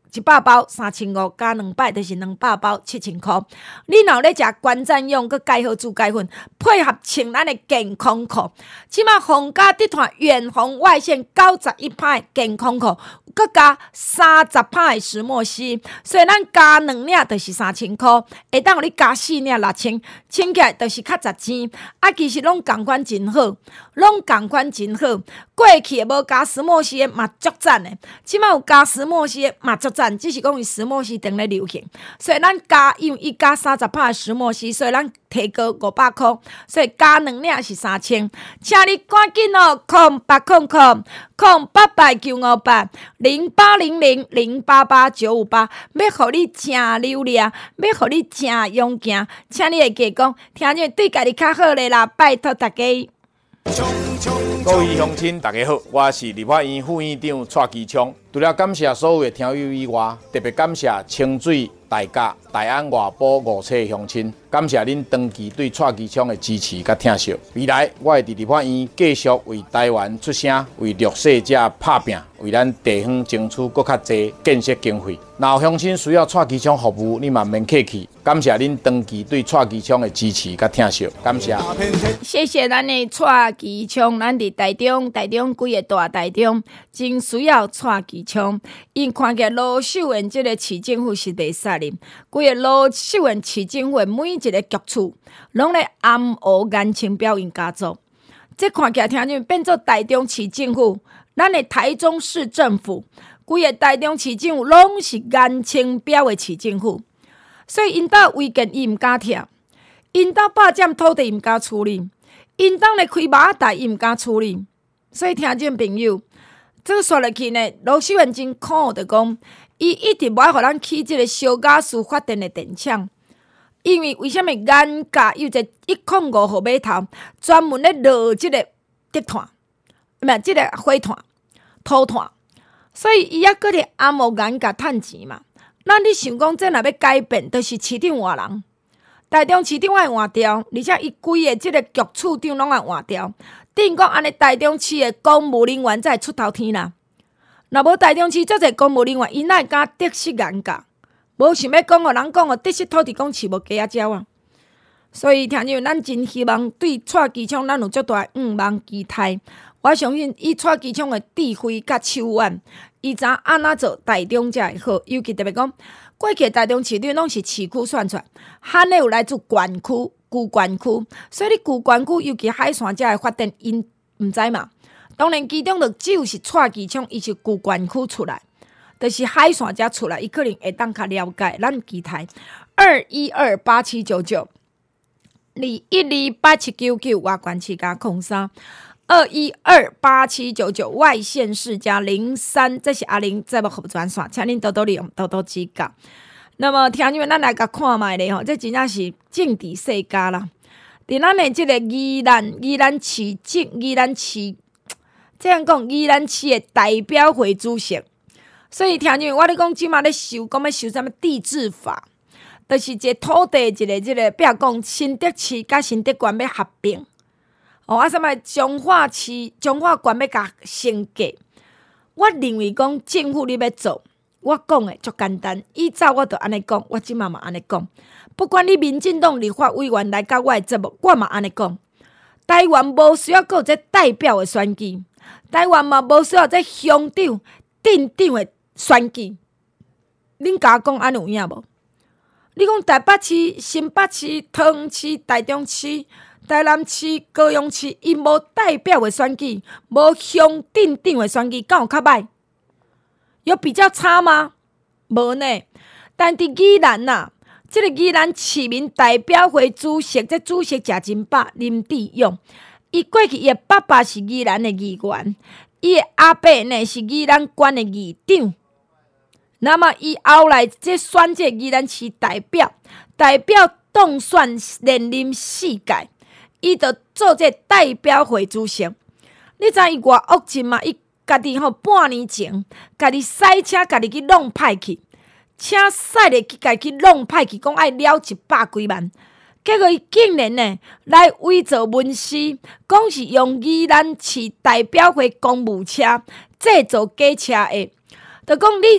一百包三千五，加两百就是两百包七千块。你若有咧食关赞用，佮钙好猪钙粉，配合穿咱的健康裤，即马皇家集团远红外线九十一趴的健康裤，佮加三十趴的石墨烯，所以咱加两领就是三千块，会当你加四领六千，穿起来就是较十钱。啊，其实拢共款真好，拢共款真好。过去无加石墨烯的嘛足赞的，即马有加石墨烯的嘛足赞，只是讲伊石墨烯顶咧流行，所以咱加因为伊加三十趴的石墨烯，所以咱提高五百块，所以加两领是三千。请你赶紧哦，空八空空空八八九五八零八零零零八八九五八，要互你正流量，要互你正勇敢，请你会记讲，听见对家己较好咧啦，拜托大家。 各位乡亲，大家好，我是立法院副院长蔡其昌。除了感谢所有的听友以外，特别感谢清水、大甲、大安外埔五车的乡亲，感谢恁长期对蔡其昌的支持甲疼惜。未来我会伫立法院继续为台湾出声，为弱势者拍拼，为咱地方争取更较侪建设经费。若有乡亲需要蔡其昌服务，你嘛免客气。感谢恁长期对蔡其昌的支持甲疼惜，感谢。 谢谢咱的蔡其昌，咱伫台中，台中几个大台中，真需要蔡其昌。因看起来罗秀燕这个市政府是袂使哩，几个罗秀燕市政府每一个局处，拢咧暗黑颜青表演家族。这看起来听见变做台中市政府，咱的台中市政府，几个台中市政府拢是颜青表的市政府。所以因兜违建伊毋敢拆，因兜霸占土地伊毋敢处理，因兜咧开马仔伊毋敢处理。所以听众朋友，这个说落去呢，罗秀燕真苦的讲，伊一直无爱互咱起这个小雅士发电的电厂，因为为什么眼价有一个一点五号码头，专门咧落这个积碳，唔系这个火炭、土炭，所以伊还搁咧暗无眼价趁钱嘛。那你想讲，这若要改变，就是市长换人，台中市长爱换掉，而且伊规个即个局处长拢爱换掉。等于讲安尼，台中市的公务人员才会出头天啦。若无台中市遮侪公务人员，伊哪会敢得失眼价？无想要讲哦，人讲哦，得失土地公饲无鸡仔鸟啊。所以听见咱真希望对蔡其昌，咱有足大愿望期待。我相信以蔡其昌的智慧甲手腕，伊知安怎做台中才会好。尤其特别讲，过去台中市长拢是市区选出来，罕咧有来自县区、旧县区，所以你旧县区尤其海线遮的发展，因毋知嘛。当然，其中就只有是蔡其昌，伊是旧县区出来，就是海线遮出来，伊可能会当较了解。咱期待二一二八七九九，二一二八七九九，外关市加空三。二一二八七九九外县市加零三，这是阿玲节目服务专线，请您多多利用，多多指教。那么，听众们，咱来甲看卖咧吼，这真正是政治世家啦。伫咱的这个宜兰宜兰市政宜兰市，这样讲宜兰市的代表会主席，所以听众们，我咧讲即马咧修，讲要修啥物地质法，就是一个土地一个这个，比如讲新德市甲新德县要合并。哦，啊，什么彰化市、彰化县要甲升格？我认为讲政府你要做，我讲的足简单，依照我就安尼讲，我即马嘛安尼讲。不管你民进党立法委员来到我的节目，我嘛安尼讲。台湾无需要有这代表的选举，台湾嘛无需要这乡长、镇长的选举。恁甲我讲安尼有影无？你讲台北市、新北市、桃园市、台中市。台南市、高雄市，伊无代表的选举，无乡镇长的选举，敢有较歹？有比较差吗？无呢。但伫宜兰呐、啊，即、这个宜兰市民代表会主席，这主席食真饱，林志勇，伊过去伊的爸爸是宜兰的议员，伊的阿伯呢是宜兰县的议长。那么伊后来这选这宜兰市代表，代表当选连任四届。伊就做这代表会主席，你知伊偌恶劲吗？伊家己吼半年前，家己赛车，家己去弄歹去，车赛咧去，家己去弄歹去，讲爱了一百几万，结果伊竟然呢来伪造文书，讲是用宜兰市代表会公务车制造假车的，就讲你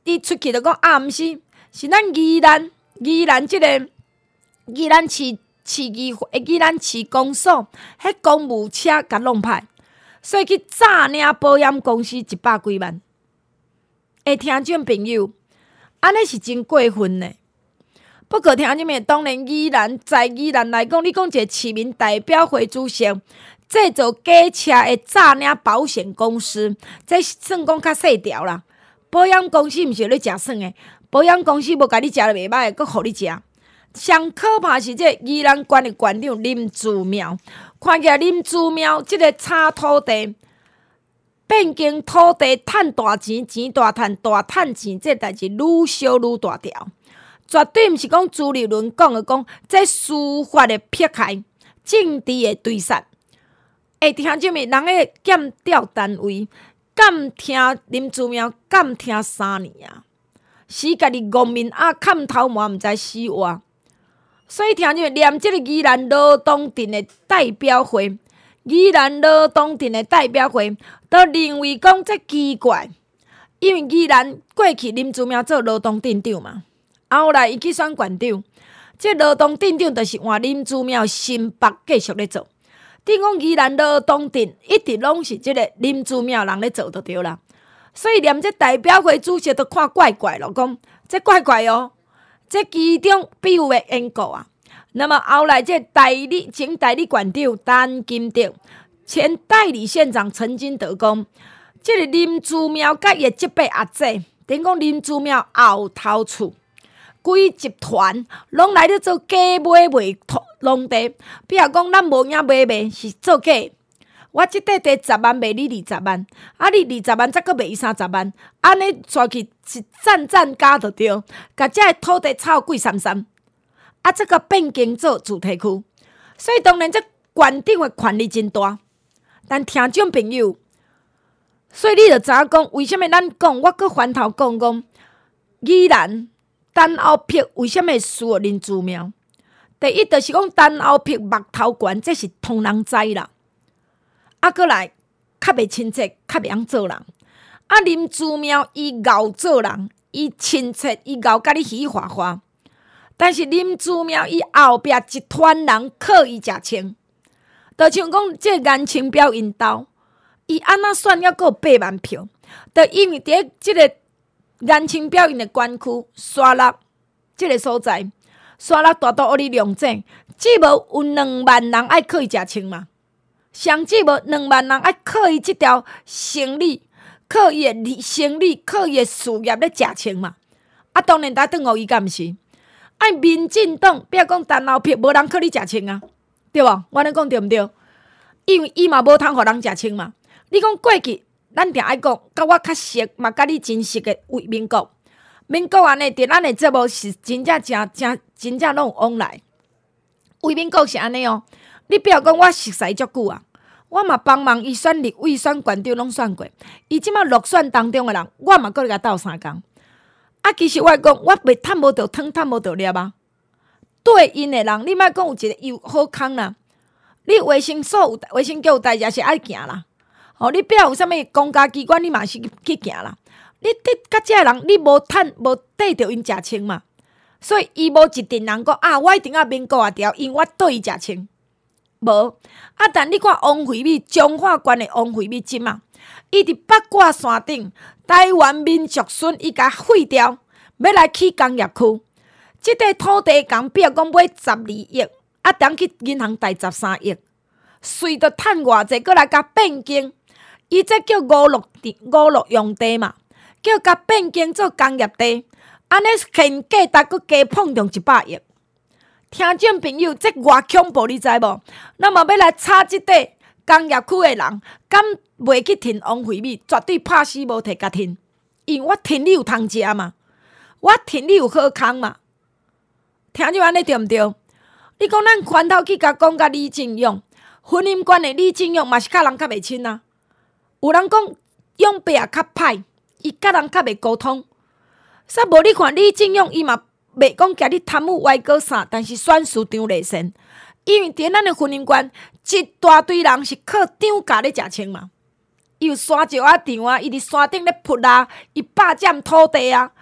伊出去就讲啊，毋是，是咱宜兰宜兰即、这个宜兰市市议会、宜兰市公所迄公务车甲弄歹，所以去诈领保险公司一百几万。诶，听众朋友，安尼是真过分呢。不过听众们，当然宜兰在宜兰来讲，你讲一个市民代表会主席制造假车的诈领保险公司，这算讲较细条啦。保险公司毋是咧食算的，保险公司无甲你食了袂歹，佫互你食。上可怕是这宜兰县的县长林志妙，看起来林志妙即个炒土地。变更土地趁大钱，钱大趁，大趁钱，这代志愈烧愈大条，绝对毋是讲朱立伦讲的讲，这司法的迫害，政治的对杀。会听什么人的检调单位，敢听林志妙，敢听三年啊？死家己国民啊，砍头毛毋知死活。所以听什么念这个宜兰劳动镇的代表会。宜兰劳动镇的代表会都认为讲这奇怪，因为宜兰过去林志妙做劳动镇长嘛，后来伊去选县长，这劳动镇长就是换林志妙新北继续咧做。等于讲宜兰劳动镇一直拢是这个林志妙人咧做就对啦，所以连这代表会主席都看怪怪咯，讲这怪怪哦，这其中必有的因果啊。那么后来，这代理前代理县长陈金德、前代理县长陈金德讲，这个林志妙甲伊即辈阿姐，等于讲林志妙后头厝，规集团拢来咧做假买卖农地，比如讲咱无影买卖是做假。我即块地十万卖你二十万，啊你二十万再搁卖伊三十万，安尼抓去是赞赞加就对，甲这个土地炒贵三三。啊，这个变更做主题区，所以当然这县长的权力真大。但听众朋友，所以你就知影讲，为什么咱讲，我搁翻头讲讲，宜兰陈后壁为什么需要林志妙？第一就是讲陈后壁目头悬，这是通人知啦。啊，搁来较袂亲切，较袂晓做人。啊，林志妙伊熬做人，伊亲切，伊熬甲你喜欢花。但是林志妙伊后壁一团人靠伊食清，就像讲这颜清标因兜，伊安那选了有八万票，就因为伫即个颜清标因的选区沙鹿即个所在，沙鹿大道里量井，只无有两万人爱靠伊食清嘛，上只无两万人爱靠伊即条生理，靠伊的生理，靠伊的事业咧食清嘛。啊，当然打转互伊，敢毋是？爱民进党，比如讲陈后壁无人靠你食清啊，对无？我咧讲对毋对？因为伊嘛无通互人食清嘛。你讲过去，咱定爱讲，甲我较熟，嘛甲你真熟的为民国，民国安尼，伫咱的节目是真正真真真正拢有往来。为民国是安尼哦，你比如讲我熟悉足久啊，我嘛帮忙伊选立委、选县长拢选过，伊即马落选当中的人，我嘛搁咧甲斗相共。啊，其实我讲，我袂趁无着汤，趁无着粒啊。对因的人，你莫讲有一个有好康啦。你卫生所有卫生局有代志是爱行啦。哦，你比如有啥物公家机关，你嘛是去行啦。你得甲这人，你无趁无缀着因食清嘛。所以伊无一定人讲啊，我一定要民国啊条，因为我对伊食清。无啊，但你看王惠美，彰化县的王惠美即嘛。伊伫八卦山顶，台湾民族村伊甲废掉，要来起工业区。即块土地共比如讲买十二亿，啊，当去银行贷十三亿，随着趁偌济，搁来甲变更。伊这叫五六地五六用地嘛，叫甲变更做工业地，安尼现价值搁加碰中一百亿。听众朋友，这偌恐怖，你知无？那么要来炒即块工业区的人，敢袂去听王惠美，绝对拍死无摕甲听，因为我听你有通食嘛，我听你有好康嘛，听就安尼对毋对？你讲咱拳头去甲讲甲李进勇，婚姻观的李进勇嘛是较人较袂亲啊。有人讲勇伯也较歹，伊甲人较袂沟通。煞无你看李进勇，伊嘛袂讲甲你贪污歪过啥，但是选市长立宪，因为伫咱的婚姻观，一大堆人是靠涨价咧食清嘛。伊有山石啊场啊，伊伫山顶咧扑啊，伊霸占土地啊，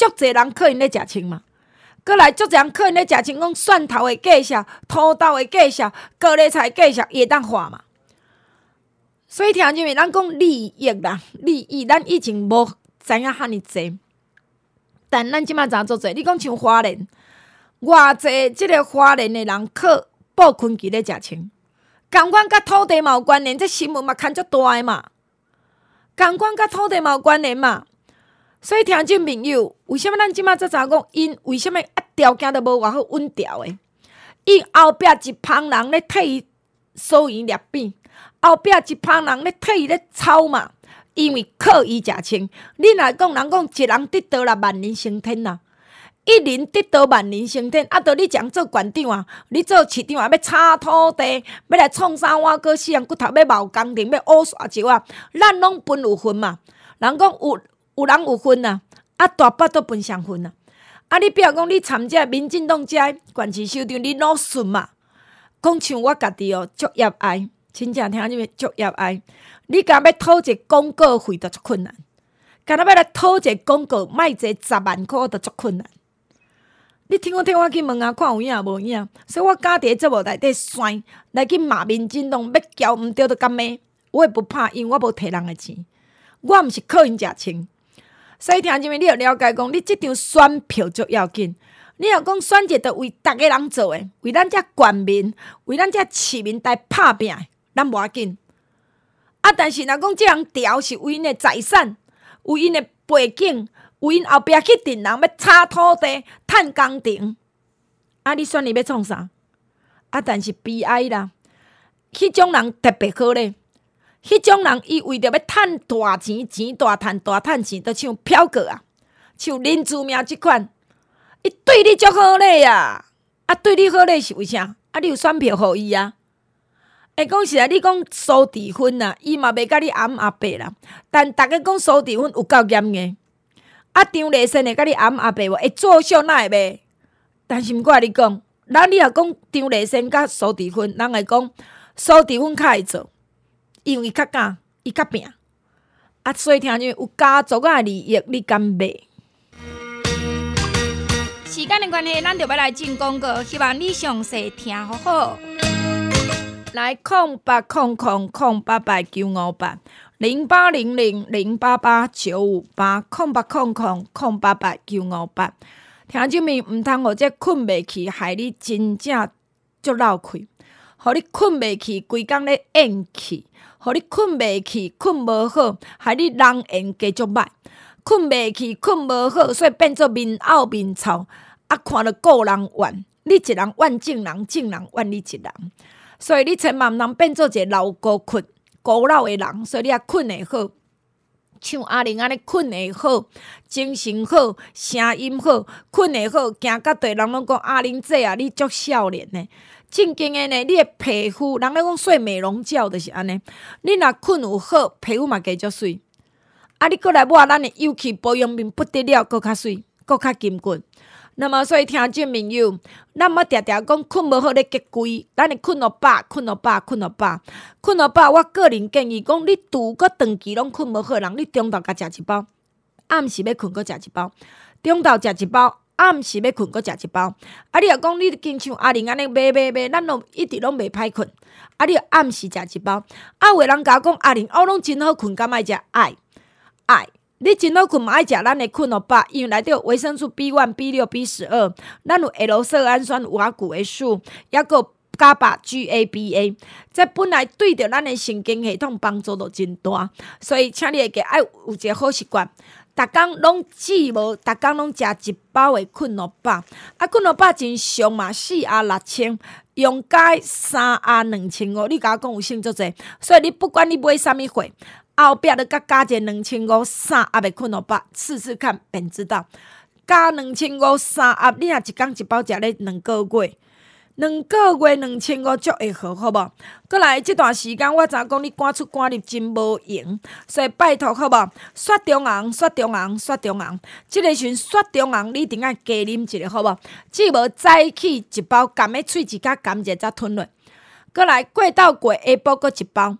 足侪人可能咧食青嘛。过来足侪人可能咧食青，讲蒜头的介绍、土豆的介绍、高丽菜介绍，伊会当画嘛。所以听入面，咱讲利益啦，利益，咱以前无知影遐尼济，但咱即马知影做济。你讲像花莲，偌济即个花莲的人靠布昆奇咧食青，共款甲土地嘛有关联，这新闻嘛看足大的嘛，共款甲土地嘛有关联嘛。所以听众朋友，为什么咱即马才知影讲因为什么啊条件都无偌好稳调的？因后壁一帮人咧替伊收银掠饼。后壁一帮人咧替伊咧操嘛，因为靠伊食青。你若讲人讲一人得道啦，万人升天啦，一人得道万人升天。啊，到你讲做县长啊，你做市长啊，要炒土地，要来创啥碗粿四样骨头，要冒工程，要乌刷石啊，咱拢分有份嘛。人讲有有人有份啊，啊大伯都分上份啊。啊，你比如讲你参这民进党这县市首长，你老顺嘛。讲像我家己哦，足业爱。真正听入面足业爱，你敢要讨一个广告费都足困难，敢若要来讨一个广告卖这十万块都足困难。你听我听我去问啊，看有影无影？所以我敢伫节目内底宣来去骂民进党，要交毋对就敢骂，我也不怕，因为我无摕人的钱，我毋是靠因食青。所以听入面你要了解讲，你即张选票足要紧。你若讲选择着为逐个人做诶，为咱遮县民，为咱遮市民来拍拼诶。咱无要紧，啊！但是若讲即人调是为因的财产，为因的背景，为因后壁去定人要炒土地、趁工程，啊！你选伊要创啥？啊！但是悲哀啦，迄种人特别好咧，迄种人伊为着要趁大钱，钱大趁大趁钱，都像飘过啊，像林志明即款，伊对你足好咧啊！啊，对你好咧是为啥？啊，你有选票互伊啊？会讲实在，你讲苏治芬呐，伊嘛袂甲你暗阿伯啦。但逐个讲苏治芬有够严个，啊张丽仙会甲你暗阿伯无？会作秀哪会袂？但是毋过你讲，咱你若讲张丽仙甲苏治芬，人会讲苏治芬较会做，因为伊较敢，伊较拼。啊，所以听见有家族啊利益，你敢买？时间的关系，咱就要来进广告，希望你详细听好好。来空八空空空八八九五八零八零零零八八九五八空八空空空八八九五八，听众们毋通互这困袂去，害你真正足闹气，互你困袂去，规工咧怨气，互你困袂去，困无好，害你人缘加足歹，困袂去，困无好，所以变做面拗面臭，啊看到个人怨，你一人怨正人，正人怨你一人。所以你千万毋通变做一个老孤困、孤老的人，所以你也困会好，像阿玲安尼困会好，精神好，声音好，困会好，行到对人拢讲阿玲姐啊，你足少年呢。正经的呢，你的皮肤，人咧讲睡美容觉就是安尼。你若困有好，皮肤嘛加足水。啊，你过来抹咱的有气保养品不得了，搁较水，搁较金滚。那么，所以听众朋友，咱要常常讲困无好咧，结规，咱会困到饱，困到饱，困到饱，困到饱。我个人建议讲，你拄个长期拢困无好人，你中昼甲食一包，暗时要困，搁食一包；中昼食一包，暗时要困，搁食一包。啊，你若讲你经像阿玲安尼买买买，咱拢一直拢袂歹困。啊，你暗时食一包。啊，有人甲我讲阿玲，我拢真好困，敢爱食爱爱。你真好困嘛爱食咱的困到饱，因为内底有维生素 B 一、B 六、B 十二，咱有 L 色氨酸、有啊谷维素，也有伽巴 G A B A， 这本来对着咱的神经系统帮助就真大，所以请你会记爱有一个好习惯，逐工拢只无，逐工拢食一包的困到饱，啊困到饱真俗嘛，四盒六千。用解三盒两千五，你甲我讲有省足济，所以你不管你买啥物货，后壁你甲加一两千五，三盒的困到饱，试试看便知道。加两千五三盒，你若一工一包食咧两个月，两个月两千五足会好，好无？过来这段时间，我知影讲你赶出赶入真无用，所以拜托好无？雪中红，雪中红，雪中红，这个时雪中红你一定要加啉一个，好无？只无早起一包，含的喙齿甲甘者才吞落。过来过到过下晡，搁一包。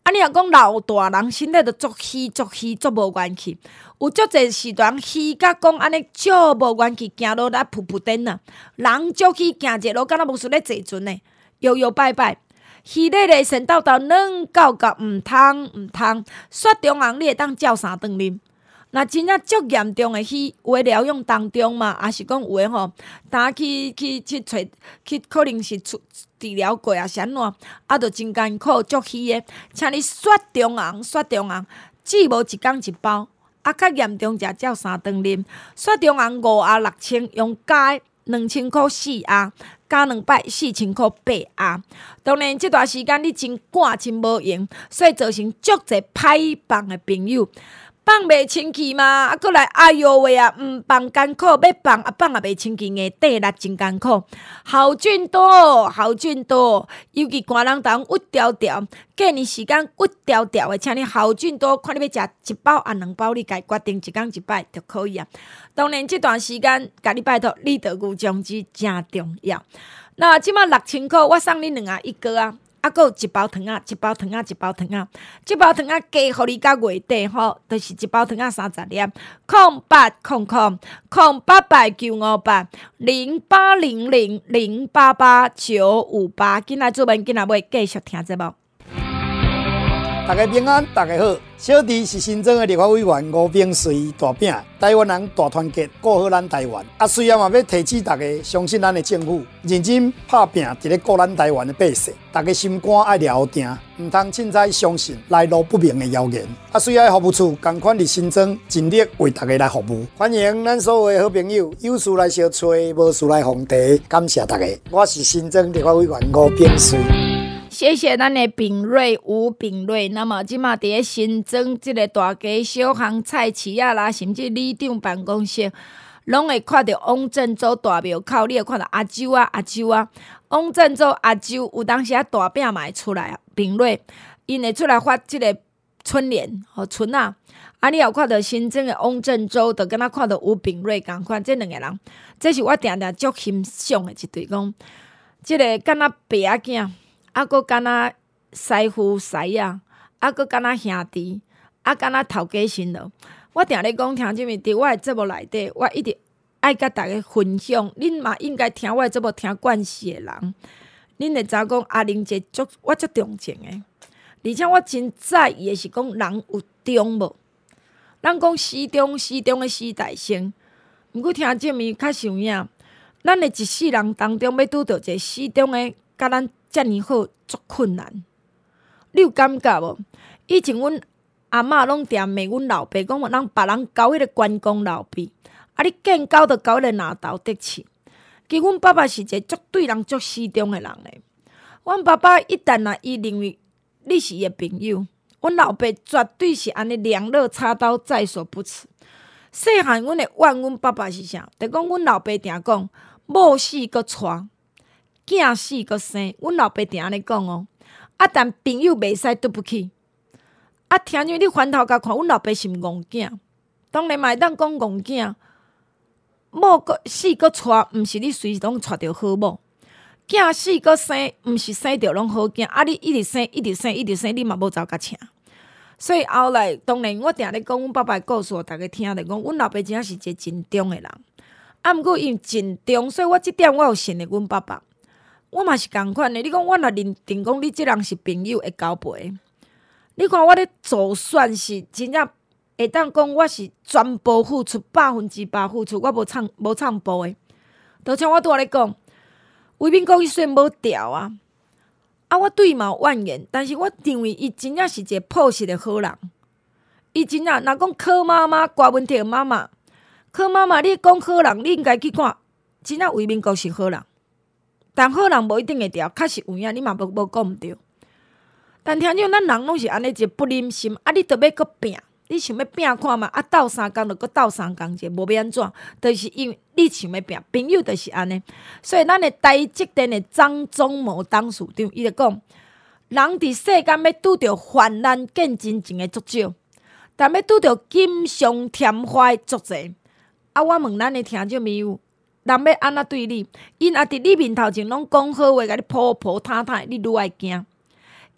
啊，你若讲老大人身体就足虚足虚足无元气，有足侪时段虚甲讲安尼足无元气，行路来噗噗颠啊，人足虚行一路敢若无顺咧坐船呢，摇摇摆摆。虚咧咧神叨叨软到到毋通毋通，雪中红你会当照三顿啉。若真正足严重的虚，有诶疗养当中嘛，也是讲有诶吼，呾去去去找去，可能是治疗过啊，是安怎？啊，着真艰苦足虚诶，请你雪中红，雪中红，只无一工一包，啊，较严重者照三顿啉。雪中红五盒六千，用加两千箍四盒。加两摆四千箍八盒，当然这段时间你真赶真无用，所以造成足侪歹放的朋友放袂清气嘛，啊，搁来哎哟喂啊，毋放艰苦，要放啊放也袂清气，硬底力真艰苦，好菌多，好菌多，尤其寒人当郁条条，过年时间郁条条的，请你好菌多，看你要食一包啊两包，你家决定一工一摆就可以啊。当然，这段时间，甲你拜托，你得有种子真重要。那即马六千块，我送你两盒一个啊，啊，搁有一包糖啊，一包糖啊，一包糖啊，这包糖啊，加互你到月底吼，就是一包糖啊三十粒，空八空空空八八九五八零八零零零八八九五八，今仔做文，今仔要继续听节目。 大家平安，大家好。小弟是新庄的立法委员吴秉随大饼，台湾人大团结，顾好咱台湾。啊，虽然嘛要提醒大家，相信咱的政府，认真拍拼，伫咧顾咱台湾的百姓。大家心肝爱抓好定，唔通凊彩相信来路不明的谣言。啊，需要服务处同款伫新庄，尽力为大家来服务。欢迎咱所有的好朋友，有事来相催，无事来奉茶。感谢大家，我是新庄立法委员吴秉随。 谢谢咱的秉瑞吴秉瑞，那么即马伫咧新庄即个大家小巷菜市啊啦，甚至里长办公室，拢会看到王振洲大庙口，你会看到阿周啊阿周啊，王振洲阿周有当时啊大饼嘛会出来啊，秉瑞因会出来发即个春联和春啊，啊你有看到新庄的王振洲，就敢若看到吴秉瑞共款，这两个人，这是我定定足欣赏的一对，讲即个敢若爸仔囝。啊，搁敢若师父师啊，啊，搁敢若兄弟，啊，敢若头家孙咯。我定咧讲，听即物伫我的节目内底，我一直爱甲大家分享。恁嘛应该听我的节目听惯势的人，恁会知讲阿玲姐足我足重情的，而且我真在意的是讲人有忠无。咱讲时中时中的时代生，毋过听即物较想影，咱的一世人当中要拄到一个时中的，甲咱。遮尔好，足困难。你有感觉无？以前阮阿嬷拢定骂阮老爸，讲人别人交迄个关公老婢，啊，你见交就交迄个拿豆得去。其实阮爸爸是一个足对人足始终的人嘞。阮爸爸一旦若伊认为你是伊的朋友，阮老爸绝对是安尼两肋插刀在所不辞。细汉阮会怨阮爸爸是啥？就讲阮老爸定讲某死搁娶。囝死搁生，阮老爸定安尼讲哦。啊，但朋友袂使对不起。啊，听见你翻头甲看，阮老爸是戆囝，当然嘛会当讲戆囝。某搁死搁娶，毋是你随时拢娶着好某；囝死搁生，毋是生着拢好囝。啊，你一直生，一直生，一直生，你嘛无走甲请。所以后来，当然我定咧讲阮爸爸的故事，大家听咧讲，阮老爸真正是一个真忠的人。啊，毋过因真忠，所以我即点我有信任阮爸爸。我嘛是共款的，你讲我若认定讲你即人是朋友会交陪，你看我咧做选是真正会当讲我是全部付出百分之百付出，我无唱无唱步的。就像我拄仔咧讲，魏敏讲伊虽然无调啊，啊我对伊嘛有怨言，但是我认为伊真正是一个朴实的好人。伊真正若讲柯妈妈瓜文婷妈妈，柯妈妈你讲好人，你应该去看，真正魏敏讲是好人。但好人无一定会调，确实有影，你嘛无无讲毋对。但听讲咱人拢是安尼一个不忍心，啊，你着要搁拼，你想要拼看嘛？啊，斗三工着搁斗三工者，无要安怎？就是因为你想要拼，朋友就是安尼。所以咱的台积电的张忠谋董事长，伊就讲，人伫世间要拄着患难见真情的足少，但要拄着锦上添花的足侪。啊，我问咱的听众朋友。人要安怎对你？因也伫你面头前拢讲好话，甲你抱抱探探，你愈爱惊。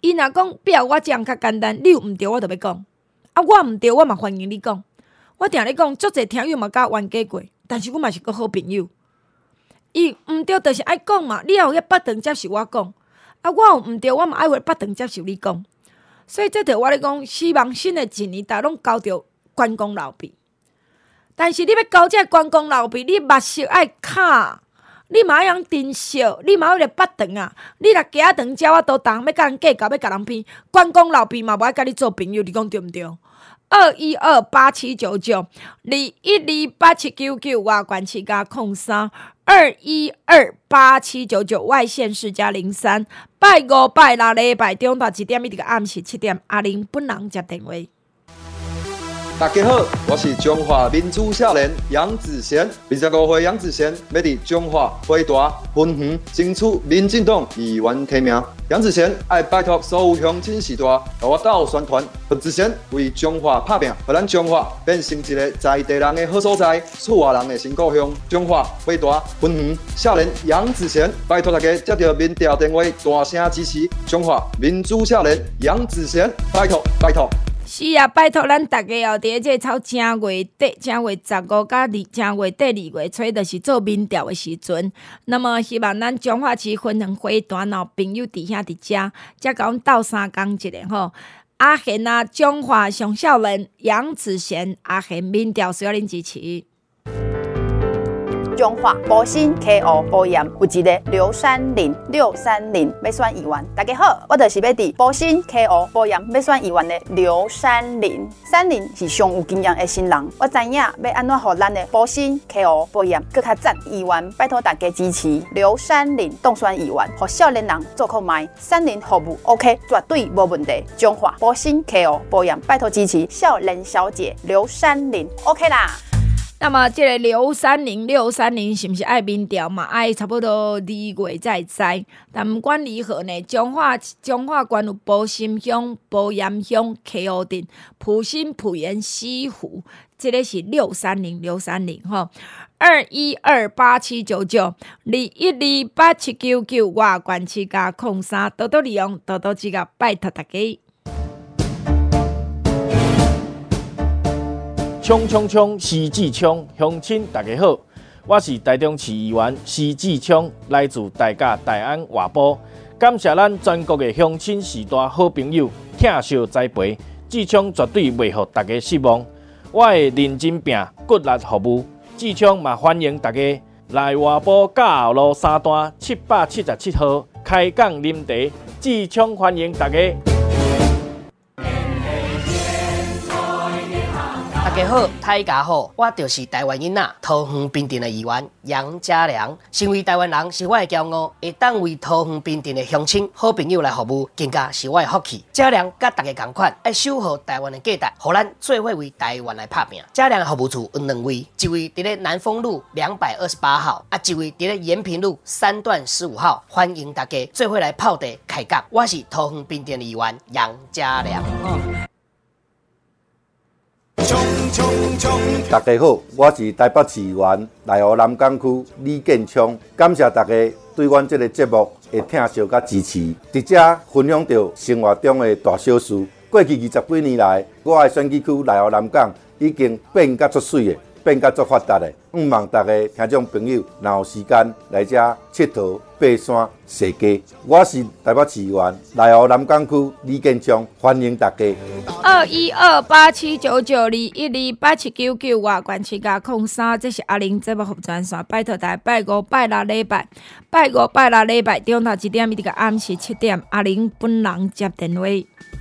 伊若讲表我这样较简单，你有毋对我就要讲，啊我毋对我嘛欢迎你讲。我定咧讲，足侪听友嘛甲冤家过，但是阮嘛是个好朋友。伊毋对，就是爱讲嘛，你也有迄巴顿接受我讲，啊我有毋对，我嘛爱有巴顿接受你讲。所以这就我咧讲，希望新的一年，大家拢交着关公老爸。但是你要交这关公老爸，你目色爱卡。你嘛要用珍惜，你嘛要个巴顿啊！你若鸡仔肠鸟仔都重，要甲人计较，要甲人骗，关公老爸嘛无爱甲你做朋友，你讲对毋对？二一二八七九九，二一二八七九九，外关七加空三，二一二八七九九，外县市加零三，拜五拜六礼拜中到一点一直到暗时七点，阿玲本人接电话。 大家好，我是中华民主少年杨子贤。二十五岁杨子贤要伫中华回大分园争取民进党议员提名。杨子贤爱拜托所有乡亲时代，和我斗宣传。杨子贤为中华打拼，让咱中华变成一个在地人的好所在，厝外人的新故乡。中华回大分园少年杨子贤，拜托大家接到民调电话，大声支持中华民主少年杨子贤，拜托拜托。 是啊，拜托咱大家哦，伫这草正月底、正月十五甲二正月底二月初，就是做民调的时阵。那么希望咱彰化市分园会团哦，朋友伫遐伫遮，才甲阮斗三工一个吼。阿贤啊，彰化上少年杨子贤，阿贤民调需要恁支持。 彰化保新 K O 保盐有一个刘山林，六三零要选议员。大家好，我就是要伫保新 K O 保盐要选议员的刘山林。山林是上有经验的新人，我知影要安怎让咱的保新 K O 保盐更较赞。议员拜托大家支持刘山林当选议员，让少年人做购买。山林服务 OK， 绝对无问题。彰化保新 K O 保盐拜托支持少年小姐刘山林 OK 啦。 那么，这个刘三零六三零是不是爱民调嘛？爱差不多二月才知。但不管如何呢，彰化彰化县有保新乡、保盐乡、溪湖镇、埔心、埔盐、西湖，这个是六三零六三零吼。二一二八七九九，二一二八七九九，外关七加空三，多多利用，多多指教，拜托大家。 冲冲冲！施志聪，乡亲大家好，我是台中市议员施志聪，来自大甲大安外埔，感谢咱全国的乡亲时代好朋友疼惜栽培，志聪绝对袂互大家失望。我会认真拼，骨力服务。志聪嘛欢迎大家来外埔甲后路三段七百七十七号开讲啉茶，志聪欢迎大家。 大家好，大家好，我就是台湾囡仔桃园bình镇的议员杨家良。身为台湾人是我的骄傲，会当为桃园bình镇的乡亲、好朋友来服务，更加是我的福气。家良甲大家同款，爱守护台湾的价值，互咱做伙为台湾来打拼。家良的服务处有两位，一位伫咧南丰路两百二十八号，啊，一位伫咧延平路三段十五号。欢迎大家做伙来泡茶开讲。我是桃园bình镇的议员杨家良。嗯大家好，我是台北市议员内湖南港区李建昌，感谢大家对阮这个节目的疼惜甲支持，伫这分享到生活中的大小事。过去二十几年来，我的选举区内湖南港已经变甲足水的，变甲足发达的。希望大家听众朋友若有时间来这佚佗、爬山、踅街。我是台北市议员内湖南港区李建昌，欢迎大家。 二一二八七九九二一二八七九九外关七加空三，这是阿玲节目服专线，拜托大家拜五拜六礼拜，拜五拜六礼拜中头一点一直到暗时七点，阿玲本人接电话。